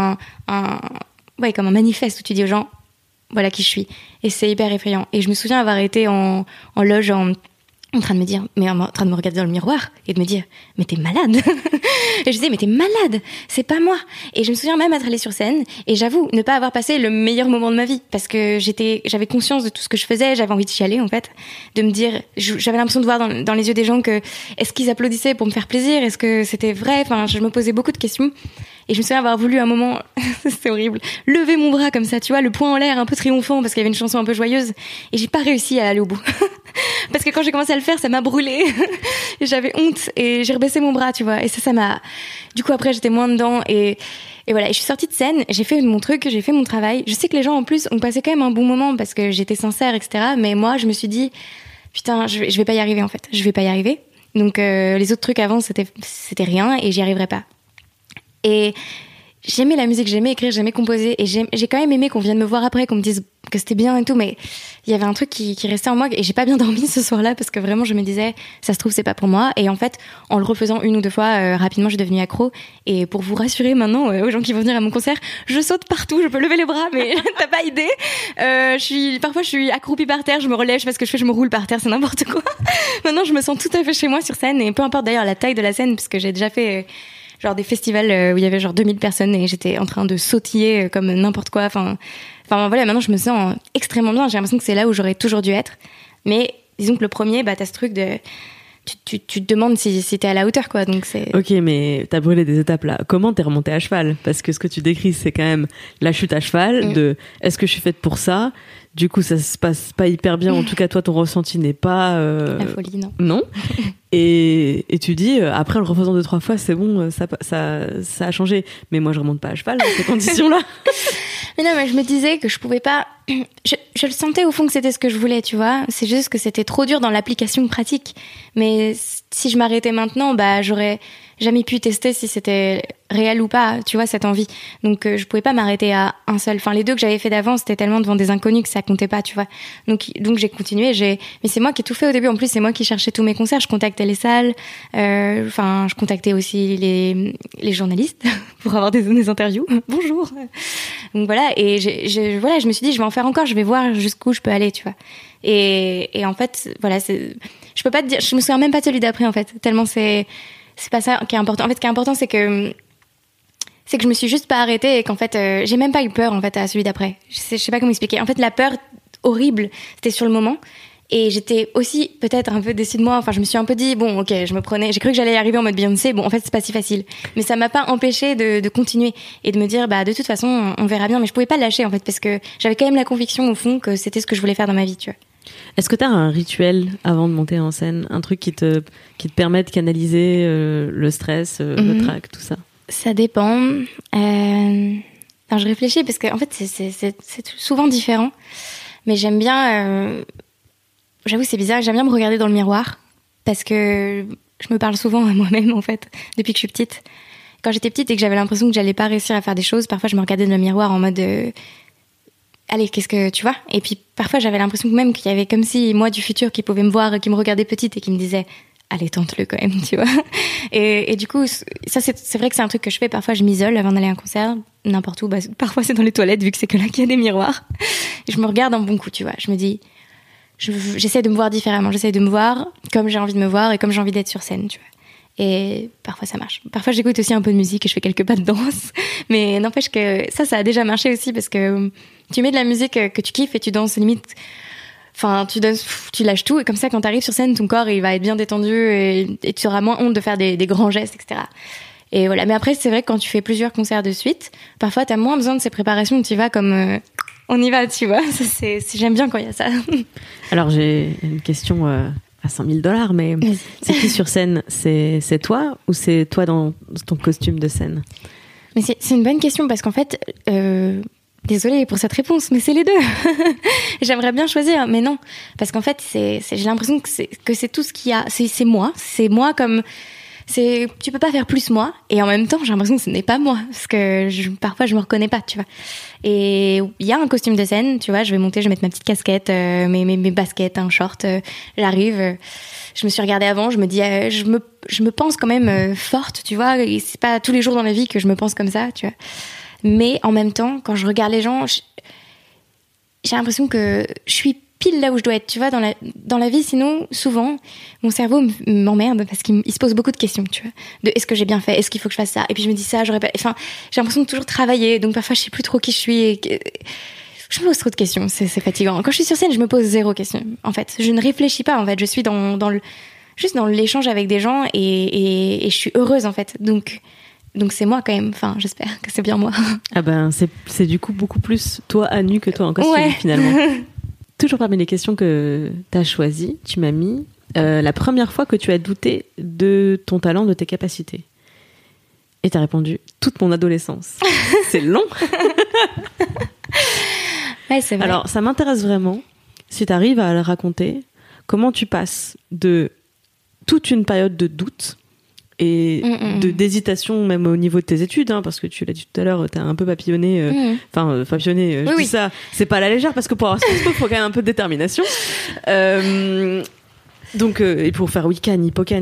comme un manifeste où tu dis aux gens, voilà qui je suis. Et c'est hyper effrayant. Et je me souviens avoir été en loge en train de me dire, mais en train de me regarder dans le miroir et de me dire, mais t'es malade. Et je disais, mais t'es malade, c'est pas moi. Et je me souviens même être allée sur scène et j'avoue ne pas avoir passé le meilleur moment de ma vie parce que j'avais conscience de tout ce que je faisais, j'avais envie de chialer en fait, de me dire, j'avais l'impression de voir dans les yeux des gens que est-ce qu'ils applaudissaient pour me faire plaisir, est-ce que c'était vrai, enfin je me posais beaucoup de questions. Et je me souviens avoir voulu un moment, c'est horrible, lever mon bras comme ça, tu vois, le poing en l'air, un peu triomphant parce qu'il y avait une chanson un peu joyeuse. Et j'ai pas réussi à aller au bout. Parce que quand j'ai commencé à le faire, ça m'a brûlé. Et j'avais honte et j'ai rebaissé mon bras, tu vois. Et ça m'a... Du coup, après, j'étais moins dedans et voilà. Et je suis sortie de scène, j'ai fait mon truc, j'ai fait mon travail. Je sais que les gens, en plus, ont passé quand même un bon moment parce que j'étais sincère, etc. Mais moi, je me suis dit, putain, je vais pas y arriver, en fait. Je vais pas y arriver. Donc, les autres trucs avant, c'était rien et j'y arriverai pas. Et j'aimais la musique, j'aimais écrire, j'aimais composer, et j'ai quand même aimé qu'on vienne me voir après, qu'on me dise que c'était bien et tout, mais il y avait un truc qui restait en moi, et j'ai pas bien dormi ce soir-là, parce que vraiment je me disais, ça se trouve c'est pas pour moi, et en fait, en le refaisant une ou deux fois, rapidement je suis devenue accro, et pour vous rassurer maintenant, aux gens qui vont venir à mon concert, je saute partout, je peux lever les bras, mais t'as pas idée, parfois je suis accroupie par terre, je me relève, je fais ce que je fais, je me roule par terre, c'est n'importe quoi. Maintenant je me sens tout à fait chez moi sur scène, et peu importe d'ailleurs la taille de la scène, parce que j'ai déjà fait genre des festivals où il y avait genre 2000 personnes et j'étais en train de sautiller comme n'importe quoi. Enfin voilà, maintenant je me sens extrêmement bien. J'ai l'impression que c'est là où j'aurais toujours dû être. Mais disons que le premier, t'as ce truc de... Tu te demandes si t'es à la hauteur, quoi. Donc c'est... Ok, mais t'as brûlé des étapes là. Comment t'es remontée à cheval? Parce que ce que tu décris, c'est quand même la chute à cheval de est-ce que je suis faite pour ça? Du coup, ça se passe pas hyper bien. En tout cas, toi, ton ressenti n'est pas... La folie, non. Non. Et tu dis, après, en le refaisant 2-3 fois, c'est bon, ça a changé. Mais moi, je remonte pas à cheval dans ces conditions-là. Mais non, mais je me disais que je pouvais pas... Je le sentais au fond que c'était ce que je voulais, tu vois. C'est juste que c'était trop dur dans l'application pratique. Mais si je m'arrêtais maintenant, j'aurais jamais pu tester si c'était réel ou pas, tu vois, cette envie. Donc je pouvais pas m'arrêter à un seul. Enfin, les deux que j'avais fait d'avant, c'était tellement devant des inconnus que ça comptait pas, tu vois. Donc j'ai continué. Mais c'est moi qui ai tout fait au début. En plus, c'est moi qui cherchais tous mes concerts. Je contactais les salles. Je contactais aussi les journalistes pour avoir des interviews. Bonjour. Donc voilà. Et je me suis dit, je vais en faire encore. Je vais voir jusqu'où je peux aller, tu vois. Et en fait, voilà, je peux pas te dire. Je me souviens même pas de celui d'après, en fait. Tellement c'est pas ça qui est important. En fait, ce qui est important, c'est que je me suis juste pas arrêtée et qu'en fait, j'ai même pas eu peur, en fait, à celui d'après. Je sais pas comment expliquer. En fait, la peur horrible, c'était sur le moment. Et j'étais aussi peut-être un peu déçue de moi. Enfin, je me suis un peu dit, bon, ok, j'ai cru que j'allais y arriver en mode Beyoncé. Bon, en fait, c'est pas si facile. Mais ça m'a pas empêché de continuer et de me dire, de toute façon, on verra bien. Mais je pouvais pas le lâcher, en fait, parce que j'avais quand même la conviction, au fond, que c'était ce que je voulais faire dans ma vie, tu vois. Est-ce que tu as un rituel avant de monter en scène, un truc qui te permet de canaliser le stress, le trac, tout ça? Ça dépend. Alors je réfléchis parce que en fait c'est souvent différent, mais j'aime bien. J'avoue c'est bizarre, j'aime bien me regarder dans le miroir parce que je me parle souvent à moi-même en fait depuis que je suis petite. Quand j'étais petite et que j'avais l'impression que j'allais pas réussir à faire des choses, parfois je me regardais dans le miroir en mode allez, qu'est-ce que tu vois? Et puis parfois j'avais l'impression que même qu'il y avait comme si moi du futur qui pouvait me voir, qui me regardait petite et qui me disait allez, tente-le quand même, tu vois. Et du coup, ça c'est vrai que c'est un truc que je fais. Parfois je m'isole avant d'aller à un concert, n'importe où. Parfois c'est dans les toilettes vu que c'est que là qu'il y a des miroirs. Et je me regarde un bon coup, tu vois. Je me dis, j'essaie de me voir différemment. J'essaie de me voir comme j'ai envie de me voir et comme j'ai envie d'être sur scène, tu vois. Et parfois ça marche. Parfois j'écoute aussi un peu de musique et je fais quelques pas de danse. Mais n'empêche que ça a déjà marché aussi parce que tu mets de la musique que tu kiffes et tu danses limite. Enfin, tu lâches tout et comme ça quand t'arrives sur scène, ton corps il va être bien détendu et tu auras moins honte de faire des grands gestes, etc. Et voilà. Mais après c'est vrai que quand tu fais plusieurs concerts de suite, parfois t'as moins besoin de ces préparations. Tu y vas comme on y va, tu vois. Ça, j'aime bien quand il y a ça. Alors j'ai une question à $100 000, mais c'est qui sur scène? C'est toi ou c'est toi dans ton costume de scène? Mais c'est une bonne question parce qu'en fait, désolée pour cette réponse, mais c'est les deux. J'aimerais bien choisir, mais non, parce qu'en fait, j'ai l'impression que c'est tout ce qu'il y a. C'est moi comme. Tu peux pas faire plus moi, et en même temps j'ai l'impression que ce n'est pas moi parce que parfois je me reconnais pas, tu vois. Et il y a un costume de scène, tu vois, je vais monter, je vais mettre ma petite casquette, mes baskets, un short, j'arrive, je me suis regardée avant, je me dis je me pense quand même forte, tu vois, et c'est pas tous les jours dans la vie que je me pense comme ça, tu vois. Mais en même temps, quand je regarde les gens, j'ai l'impression que je suis pile là où je dois être, tu vois, dans la vie. Sinon, souvent, mon cerveau m'emmerde parce qu'il se pose beaucoup de questions, tu vois. De est-ce que j'ai bien fait? Est-ce qu'il faut que je fasse ça? Et puis je me dis ça, j'aurais pas... Enfin, j'ai l'impression de toujours travailler, donc parfois je sais plus trop qui je suis. Je me pose trop de questions, c'est fatigant. Quand je suis sur scène, je me pose 0 question. En fait, je ne réfléchis pas, en fait. Je suis juste dans l'échange avec des gens et je suis heureuse, en fait. Donc c'est moi quand même, enfin j'espère que c'est bien moi. Ah ben c'est du coup beaucoup plus toi à nu que toi en costume finalement. Toujours parmi les questions que t'as choisies, tu m'as mis la première fois que tu as douté de ton talent, de tes capacités. Et t'as répondu toute mon adolescence. C'est long. Ouais, c'est vrai. Alors ça m'intéresse vraiment, si t'arrives à le raconter, comment tu passes de toute une période de doute et d'hésitation même au niveau de tes études, hein, parce que tu l'as dit tout à l'heure, t'as un peu papillonné, je dis ça, c'est pas à la légère, parce que pour avoir Sciences Po, il faut quand même un peu de détermination. Donc, et pour faire Wiccan, Hippocane,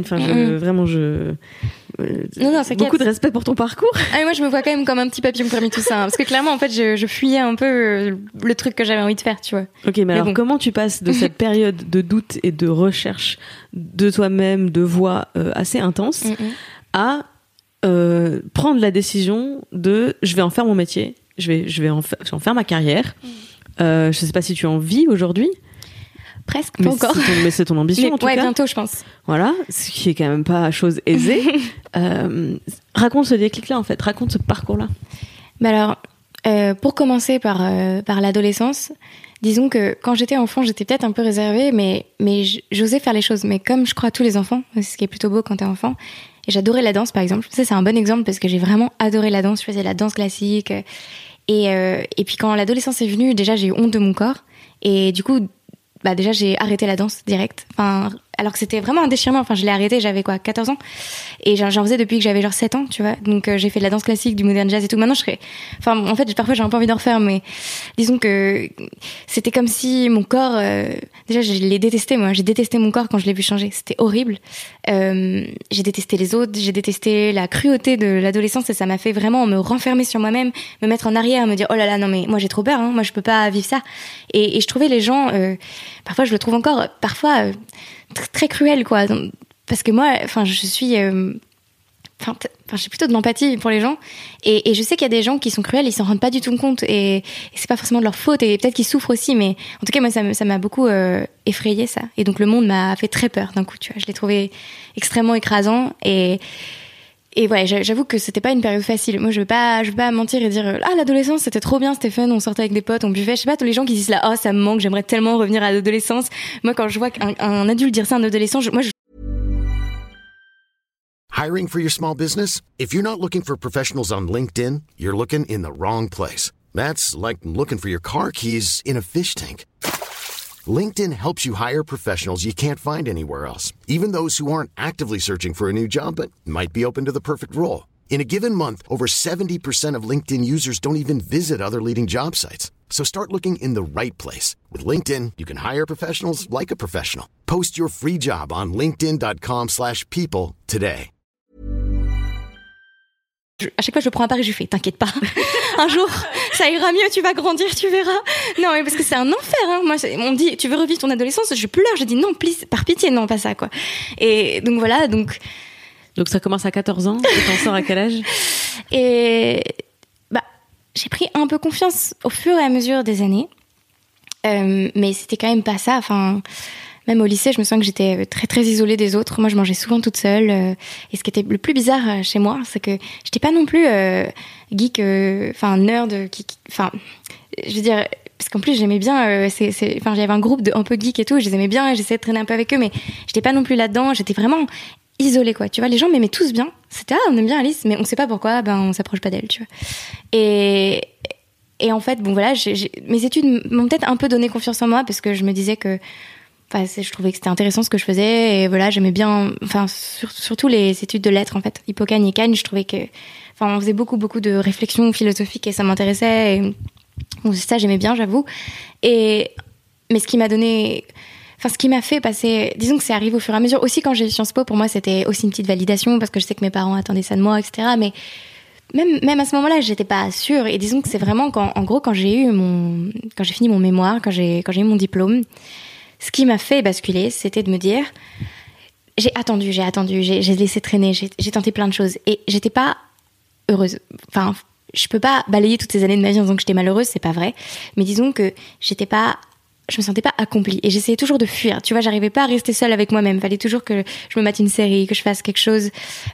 beaucoup de respect pour ton parcours. Ah, moi, je me vois quand même comme un petit papillon parmi tout ça, hein, parce que clairement, en fait, je fuyais un peu le truc que j'avais envie de faire, tu vois. Ok, mais alors comment tu passes de cette période de doute et de recherche de toi-même, de voix assez intense, à prendre la décision de je vais en faire mon métier, je vais en faire ma carrière. Je sais pas si tu en vis aujourd'hui. Presque, pas encore. Mais c'est ton ambition, en tout cas. Ouais, bientôt, je pense. Voilà, ce qui est quand même pas chose aisée. Raconte ce déclic-là, en fait. Raconte ce parcours-là. Bah alors, pour commencer par l'adolescence, disons que quand j'étais enfant, j'étais peut-être un peu réservée, mais j'osais faire les choses. Mais comme je crois tous les enfants, ce qui est plutôt beau quand t'es enfant, et j'adorais la danse, par exemple. Ça, c'est un bon exemple parce que j'ai vraiment adoré la danse. Je faisais la danse classique. Et puis quand l'adolescence est venue, déjà, j'ai eu honte de mon corps. Et du coup, déjà j'ai arrêté la danse direct, alors que c'était vraiment un déchirement. Je l'ai arrêté, j'avais 14 ans, et j'en faisais depuis que j'avais 7 ans, tu vois. Donc j'ai fait de la danse classique, du modern jazz et tout. Maintenant en fait parfois j'ai un peu envie d'en refaire, mais disons que c'était comme si mon corps, déjà je l'ai détesté, moi j'ai détesté mon corps quand je l'ai vu changer, c'était horrible. J'ai détesté les autres, j'ai détesté la cruauté de l'adolescence, et ça m'a fait vraiment me renfermer sur moi-même, me mettre en arrière, me dire oh là là, non mais moi j'ai trop peur, hein, moi je peux pas vivre ça. Et je trouvais les gens, parfois je le trouve encore, parfois très cruel, quoi. Parce que moi, je suis, j'ai plutôt de l'empathie pour les gens, et je sais qu'il y a des gens qui sont cruels, ils s'en rendent pas du tout compte, et c'est pas forcément de leur faute, et peut-être qu'ils souffrent aussi, mais en tout cas moi ça m'a beaucoup effrayé, ça. Et donc le monde m'a fait très peur d'un coup, tu vois. Je l'ai trouvé extrêmement écrasant, et ouais, j'avoue que c'était pas une période facile. Moi, je veux pas mentir et dire l'adolescence c'était trop bien, c'était fun, on sortait avec des potes, on buvait. Je sais pas, tous les gens qui disent là, ça me manque, j'aimerais tellement revenir à l'adolescence. Moi, quand je vois un adulte dire ça à un adolescent, Hiring for your small business? If you're not looking for professionals on LinkedIn, you're looking in the wrong place. That's like looking for your car keys in a fish tank. LinkedIn helps you hire professionals you can't find anywhere else, even those who aren't actively searching for a new job but might be open to the perfect role. In a given month, over 70% of LinkedIn users don't even visit other leading job sites. So start looking in the right place. With LinkedIn, you can hire professionals like a professional. Post your free job on linkedin.com/people today. À chaque fois, je prends un pari, je lui fais, t'inquiète pas. Un jour, ça ira mieux, tu vas grandir, tu verras. Non, mais parce que c'est un enfer, hein. Moi, on me dit, tu veux revivre ton adolescence? Je pleure, je dis non, please, par pitié, non, pas ça, quoi. Et donc voilà, donc ça commence à 14 ans, et t'en sors à quel âge? Et, j'ai pris un peu confiance au fur et à mesure des années. Mais c'était quand même pas ça, même au lycée, je me sens que j'étais très très isolée des autres. Moi, je mangeais souvent toute seule. Et ce qui était le plus bizarre chez moi, c'est que j'étais pas non plus geek, nerd. Je veux dire, parce qu'en plus j'aimais bien. J'avais un groupe de un peu geek et tout. Je les aimais bien. J'essayais de traîner un peu avec eux, mais j'étais pas non plus là-dedans. J'étais vraiment isolée, quoi. Tu vois, les gens m'aimaient tous bien. C'était on aime bien Alice, mais on sait pas pourquoi. On s'approche pas d'elle, tu vois. Et en fait, mes études m'ont peut-être un peu donné confiance en moi, parce que je me disais que je trouvais que c'était intéressant ce que je faisais, et voilà, j'aimais bien, surtout les études de lettres, en fait, Hippocane et Cannes. Je trouvais que, on faisait beaucoup de réflexions philosophiques, et ça m'intéressait, et ça j'aimais bien, j'avoue. Mais ce qui m'a fait passer, disons que c'est arrivé au fur et à mesure. Aussi, quand j'ai eu Sciences Po, pour moi, c'était aussi une petite validation, parce que je sais que mes parents attendaient ça de moi, etc. Mais même à ce moment-là, j'étais pas sûre. Et disons que c'est vraiment quand j'ai fini mon mémoire, quand j'ai eu mon diplôme, ce qui m'a fait basculer, c'était de me dire, j'ai attendu, j'ai laissé traîner, j'ai tenté plein de choses, et j'étais pas heureuse. Je peux pas balayer toutes ces années de ma vie en disant que j'étais malheureuse, c'est pas vrai. Mais disons que je me sentais pas accomplie, et j'essayais toujours de fuir. Tu vois, j'arrivais pas à rester seule avec moi-même. Fallait toujours que je me mette une série, que je fasse quelque chose.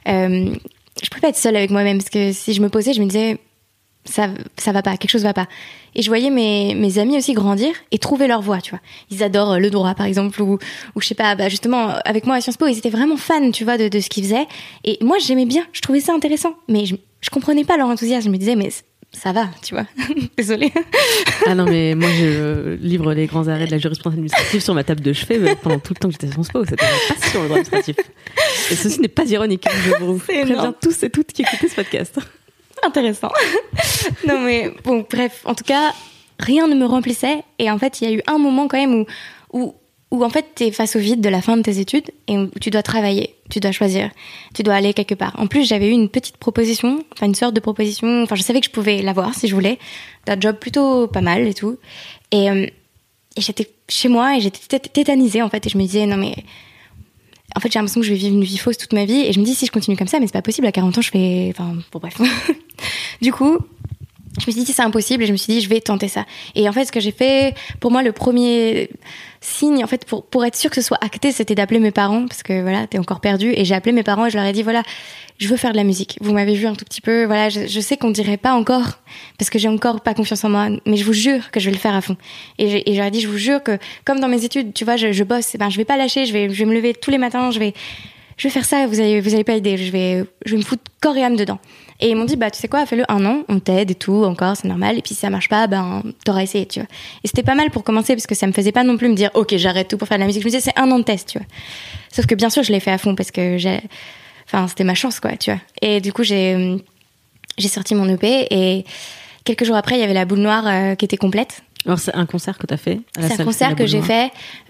Je pouvais pas être seule avec moi-même, parce que si je me posais, je me disais, ça va pas, quelque chose va pas. Et je voyais mes amis aussi grandir et trouver leur voie, tu vois. Ils adorent le droit, par exemple, ou je sais pas, justement, avec moi à Sciences Po, ils étaient vraiment fans, tu vois, de ce qu'ils faisaient. Et moi, j'aimais bien, je trouvais ça intéressant. Mais je comprenais pas leur enthousiasme. Je me disais, mais ça va, tu vois. Désolée. Ah non, mais moi, je livre les grands arrêts de la jurisprudence administrative sur ma table de chevet pendant tout le temps que j'étais à Sciences Po. C'était ma passion, le droit administratif. Et ceci n'est pas ironique. Je vous préviens tous et toutes qui écoutez ce podcast. Intéressant. Non, mais bon, bref. En tout cas, rien ne me remplissait. Et en fait, il y a eu un moment quand même où en fait, t'es face au vide de la fin de tes études et où tu dois travailler, tu dois choisir, tu dois aller quelque part. En plus, j'avais eu une petite proposition, enfin une sorte de proposition, enfin je savais que je pouvais l'avoir si je voulais, d'un job plutôt pas mal et tout. Et j'étais chez moi et j'étais tétanisée en fait et je me disais non mais en fait j'ai l'impression que je vais vivre une vie fausse toute ma vie et je me dis si je continue comme ça mais c'est pas possible, à 40 ans je fais... Enfin bon bref. Du coup... Je me suis dit, c'est impossible, et je me suis dit, je vais tenter ça. Et en fait, ce que j'ai fait, pour moi, le premier signe, en fait, pour être sûr que ce soit acté, c'était d'appeler mes parents, parce que voilà, t'es encore perdu. Et j'ai appelé mes parents et je leur ai dit, voilà, je veux faire de la musique. Vous m'avez vu un tout petit peu, voilà, je sais qu'on dirait pas encore, parce que j'ai encore pas confiance en moi, mais je vous jure que je vais le faire à fond. Et je leur ai dit, je vous jure que, comme dans mes études, tu vois, je bosse, ben, je vais pas lâcher, je vais me lever tous les matins, je vais faire ça, vous allez pas aider, je vais me foutre corps et âme dedans. Et ils m'ont dit, bah, tu sais quoi, fais-le 1 an, on t'aide et tout, encore, c'est normal. Et puis si ça marche pas, ben, t'auras essayé, tu vois. Et c'était pas mal pour commencer, parce que ça me faisait pas non plus me dire, ok, j'arrête tout pour faire de la musique. Je me disais, c'est 1 an de test, tu vois. Sauf que bien sûr, je l'ai fait à fond, parce que c'était ma chance, quoi, tu vois. Et du coup, j'ai sorti mon EP, et quelques jours après, il y avait la Boule Noire qui était complète. Alors, c'est un concert que t'as fait à la C'est un concert que j'ai fait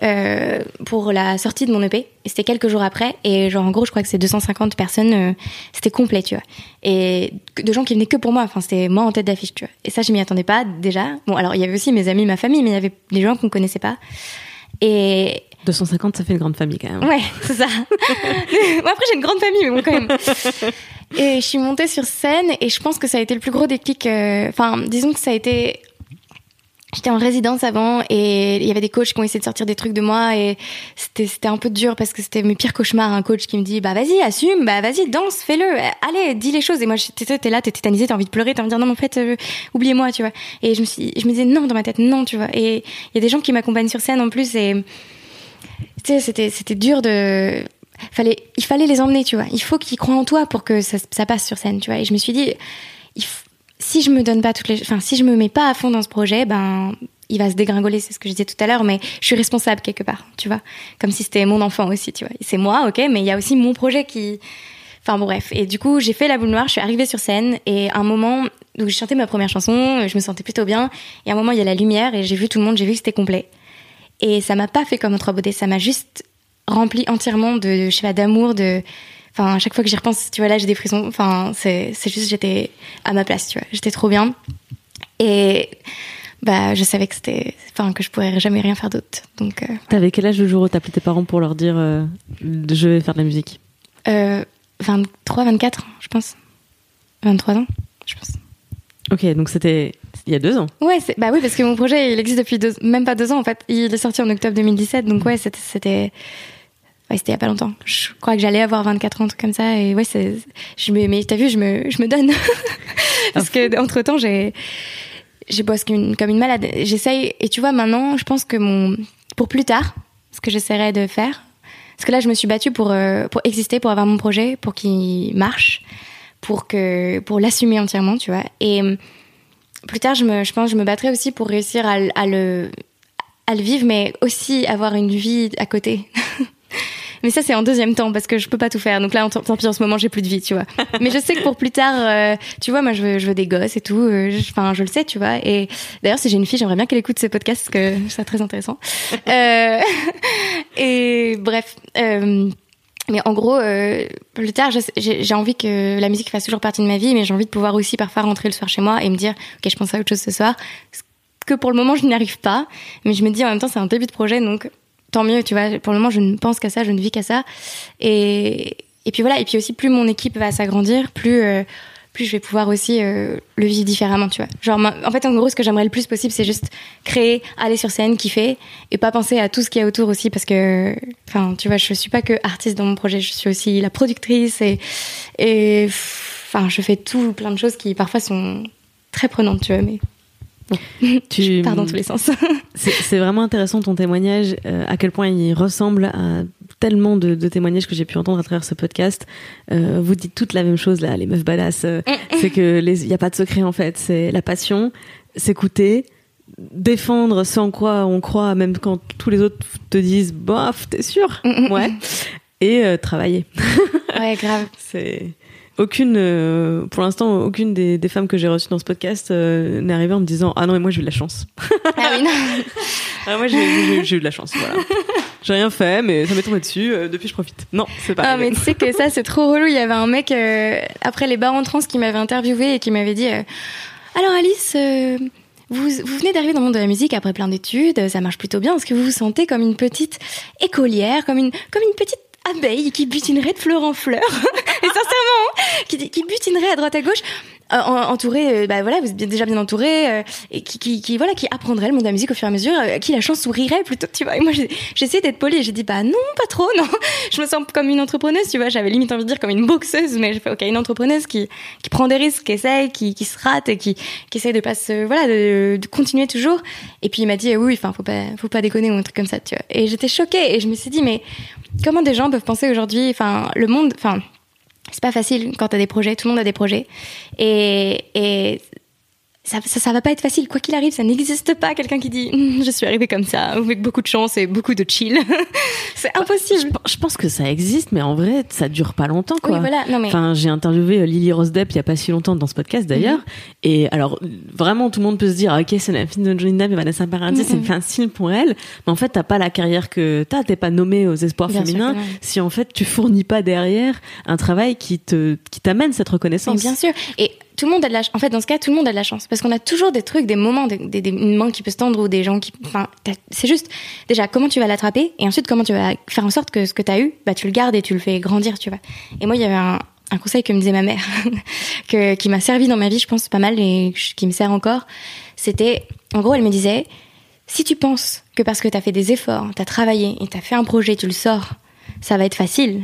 pour la sortie de mon EP. Et c'était quelques jours après. Et genre, en gros, je crois que c'est 250 personnes. C'était complet, tu vois. Et de gens qui venaient que pour moi. Enfin, c'était moi en tête d'affiche, tu vois. Et ça, je m'y attendais pas, déjà. Bon, alors, il y avait aussi mes amis, ma famille, mais il y avait des gens qu'on connaissait pas. Et... 250, ça fait une grande famille, quand même. Ouais, c'est ça. Bon, après, j'ai une grande famille, mais bon, quand même. Et je suis montée sur scène. Et je pense que ça a été le plus gros déclic. Enfin, disons que ça a été... J'étais en résidence avant et il y avait des coachs qui ont essayé de sortir des trucs de moi et c'était un peu dur parce que c'était mes pires cauchemars. Un coach qui me dit, bah vas-y, assume, bah vas-y, danse, fais-le, allez, dis les choses. Et moi, t'es là, t'es tétanisée, t'as envie de pleurer, t'as envie de dire non, mais en fait, oubliez-moi, tu vois. Et je me disais non dans ma tête, non, tu vois. Et il y a des gens qui m'accompagnent sur scène en plus et tu sais, c'était dur de... Il fallait les emmener, tu vois. Il faut qu'ils croient en toi pour que ça passe sur scène, tu vois. Et je me suis dit, si je me donne pas si je me mets pas à fond dans ce projet, ben, il va se dégringoler, c'est ce que je disais tout à l'heure, mais je suis responsable quelque part, tu vois. Comme si c'était mon enfant aussi, tu vois. C'est moi, ok, mais il y a aussi mon projet qui... Enfin bon, bref. Et du coup, j'ai fait la Boule Noire, je suis arrivée sur scène, et à un moment, donc j'ai chanté ma première chanson, je me sentais plutôt bien, et à un moment, il y a la lumière, et j'ai vu tout le monde, j'ai vu que c'était complet. Et ça m'a pas fait comme un Trois Beautés, ça m'a juste rempli entièrement de, je sais pas, d'amour, de... Enfin, à chaque fois que j'y repense, tu vois, là, j'ai des frissons. Enfin, c'est juste, j'étais à ma place, tu vois. J'étais trop bien. Et, bah, je savais que que je pourrais jamais rien faire d'autre. Donc, T'avais quel âge le jour où t'as appelé tes parents pour leur dire, je vais faire de la musique? 23, 24, je pense. 23 ans, je pense. Ok, donc c'était il y a 2 ans. Ouais, bah oui, parce que mon projet, il existe depuis même pas 2 ans, en fait. Il est sorti en octobre 2017. Donc, ouais, c'était il y a pas longtemps. Je crois que j'allais avoir 24 ans, un truc comme ça. Et ouais, mais t'as vu, je me donne. Parce que, entre temps, j'ai bossé comme une malade. J'essaye, et tu vois, maintenant, je pense que pour plus tard, ce que j'essaierai de faire, parce que là, je me suis battue pour exister, pour avoir mon projet, pour qu'il marche, pour l'assumer entièrement, tu vois. Et plus tard, je pense que je me battrai aussi pour réussir à le vivre, mais aussi avoir une vie à côté. Mais ça, c'est en deuxième temps, parce que je peux pas tout faire. Donc là, tant pis, en ce moment, j'ai plus de vie, tu vois. Mais je sais que pour plus tard, tu vois, moi, je veux des gosses et tout. Je le sais, tu vois. Et d'ailleurs, si j'ai une fille, j'aimerais bien qu'elle écoute ce podcast, parce que c'est très intéressant. Et bref. Mais en gros, plus tard, j'ai envie que la musique fasse toujours partie de ma vie, mais j'ai envie de pouvoir aussi parfois rentrer le soir chez moi et me dire, ok, je pense à autre chose ce soir. Que pour le moment, je n'y arrive pas. Mais je me dis, en même temps, c'est un début de projet, donc... tant mieux, tu vois. Pour le moment, je ne pense qu'à ça, je ne vis qu'à ça. Et puis voilà. Et puis aussi, plus mon équipe va s'agrandir, plus je vais pouvoir aussi le vivre différemment, tu vois. Genre, en fait, en gros, ce que j'aimerais le plus possible, c'est juste créer, aller sur scène, kiffer, et pas penser à tout ce qu'il y a autour aussi, parce que, enfin, tu vois, je suis pas que artiste dans mon projet, je suis aussi la productrice et enfin, je fais plein de choses qui parfois sont très prenantes, tu vois, mais... Bon. Je pars dans tous les sens. C'est vraiment intéressant ton témoignage, à quel point il ressemble à tellement de témoignages que j'ai pu entendre à travers ce podcast. Vous dites toutes la même chose là, les meufs badass. C'est que il y a pas de secret en fait. C'est la passion, s'écouter, défendre ce en quoi on croit, même quand tous les autres te disent bof, t'es sûr? Ouais. Et travailler. Ouais, grave. C'est pour l'instant, aucune des femmes que j'ai reçues dans ce podcast n'est arrivée en me disant ah non mais moi j'ai eu de la chance. Ah oui, non. Ah, moi j'ai eu de la chance, voilà. J'ai rien fait, mais ça m'est tombé dessus. Depuis, je profite. Non, c'est pas. Ah, mais tu sais que ça, c'est trop relou. Il y avait un mec après les bars en trans qui m'avait interviewé et qui m'avait dit alors Alice, vous venez d'arriver dans le monde de la musique après plein d'études, ça marche plutôt bien. Est-ce que vous vous sentez comme une petite écolière, comme une petite abeille qui butinerait de fleur en fleur et sincèrement, qui butinerait à droite à gauche, entourée, voilà, vous êtes déjà bien entourée, et qui apprendrait le monde de la musique au fur et à mesure, qui la chance sourirait plutôt, tu vois. Et moi, j'ai essayé d'être polie et j'ai dit, non, pas trop, non. Je me sens comme une entrepreneuse, tu vois. J'avais limite envie de dire comme une boxeuse, mais j'ai fait, ok, une entrepreneuse qui prend des risques, qui essaye, qui se rate et qui essaye de pas de continuer toujours. Et puis il m'a dit, oui, enfin, faut pas déconner ou un truc comme ça, tu vois. Et j'étais choquée et je me suis dit, mais comment des gens peuvent penser aujourd'hui, enfin, le monde, enfin, c'est pas facile quand t'as des projets, tout le monde a des projets. Et ça va pas être facile. Quoi qu'il arrive, ça n'existe pas quelqu'un qui dit je suis arrivée comme ça, avec beaucoup de chance et beaucoup de chill. C'est impossible. Je pense que ça existe, mais en vrai, ça dure pas longtemps, quoi. Oui, voilà. Non, mais... Enfin, j'ai interviewé Lily Rose Depp il y a pas si longtemps dans ce podcast d'ailleurs. Et alors, vraiment, tout le monde peut se dire, ok, c'est la fille de Johnny Depp et Vanessa Paradis, c'est facile pour elle. Mais en fait, t'as pas la carrière que t'es pas nommée aux espoirs féminins si en fait tu fournis pas derrière un travail qui t'amène cette reconnaissance. Mais bien sûr. Et tout le monde a de la chance. En fait, dans ce cas, tout le monde a de la chance. Parce qu'on a toujours des trucs, des moments, une main qui peut se tendre ou des gens qui, enfin, c'est juste, déjà, comment tu vas l'attraper et ensuite, comment tu vas faire en sorte que ce que t'as eu, tu le gardes et tu le fais grandir, tu vois. Et moi, il y avait un conseil que me disait ma mère, qui m'a servi dans ma vie, je pense, pas mal et qui me sert encore. C'était, en gros, elle me disait, si tu penses que parce que t'as fait des efforts, t'as travaillé et t'as fait un projet, tu le sors, ça va être facile,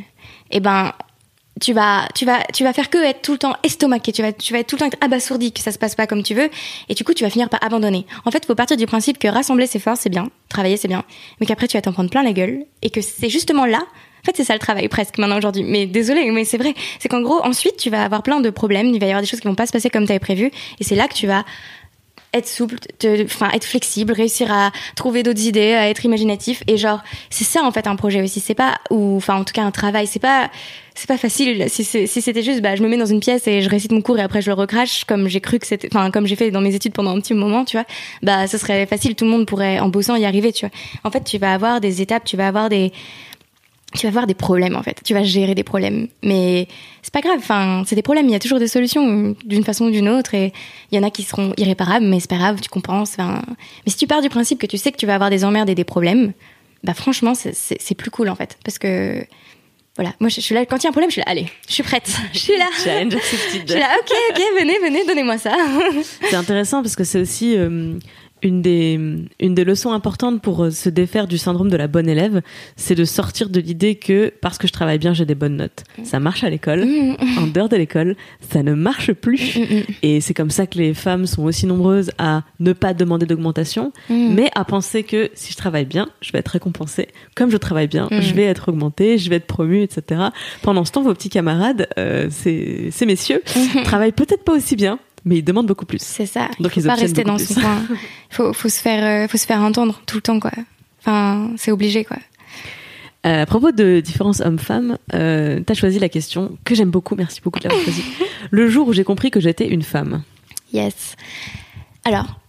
tu vas faire que être tout le temps estomaqué, tu vas être tout le temps être abasourdi que ça se passe pas comme tu veux, et du coup tu vas finir par abandonner. En fait, faut partir du principe que rassembler ses forces c'est bien, travailler c'est bien, mais qu'après tu vas t'en prendre plein la gueule, et que c'est justement là, en fait c'est ça le travail presque maintenant aujourd'hui, mais désolé, mais c'est vrai, c'est qu'en gros ensuite tu vas avoir plein de problèmes, il va y avoir des choses qui vont pas se passer comme t'avais prévu, et c'est là que tu vas être souple, être flexible, réussir à trouver d'autres idées, à être imaginatif, et genre c'est ça en fait un projet aussi, c'est pas, ou enfin en tout cas un travail, c'est pas facile. Si c'était juste je me mets dans une pièce et je récite mon cours et après je le recrache comme j'ai cru que c'était, enfin comme j'ai fait dans mes études pendant un petit moment, tu vois, ce serait facile, tout le monde pourrait en bossant y arriver, tu vois. En fait tu vas avoir des étapes, tu vas avoir des problèmes en fait, tu vas gérer des problèmes, mais c'est pas grave, enfin c'est des problèmes, il y a toujours des solutions d'une façon ou d'une autre, et il y en a qui seront irréparables, mais c'est pas grave, tu compenses, enfin. Mais si tu pars du principe que tu sais que tu vas avoir des emmerdes et des problèmes, franchement c'est plus cool en fait, parce que voilà, moi je suis là, quand il y a un problème je suis là, allez, je suis prête, je suis là, challenge accepted. Je suis là, ok, venez, donnez-moi ça. C'est intéressant parce que c'est aussi une des leçons importantes pour se défaire du syndrome de la bonne élève, c'est de sortir de l'idée que parce que je travaille bien, j'ai des bonnes notes. Ça marche à l'école, en dehors de l'école, ça ne marche plus. Et c'est comme ça que les femmes sont aussi nombreuses à ne pas demander d'augmentation, mais à penser que si je travaille bien, je vais être récompensée. Comme je travaille bien, je vais être augmentée, je vais être promue, etc. Pendant ce temps, vos petits camarades, ces messieurs, travaillent peut-être pas aussi bien, mais ils demandent beaucoup plus. C'est ça. Donc il faut pas rester dans son coin. Faut se faire entendre tout le temps, quoi. Enfin, c'est obligé, quoi. À propos de différence homme-femme, t'as choisi la question que j'aime beaucoup. Merci beaucoup de l'avoir choisie. Le jour où j'ai compris que j'étais une femme. Yes. Alors,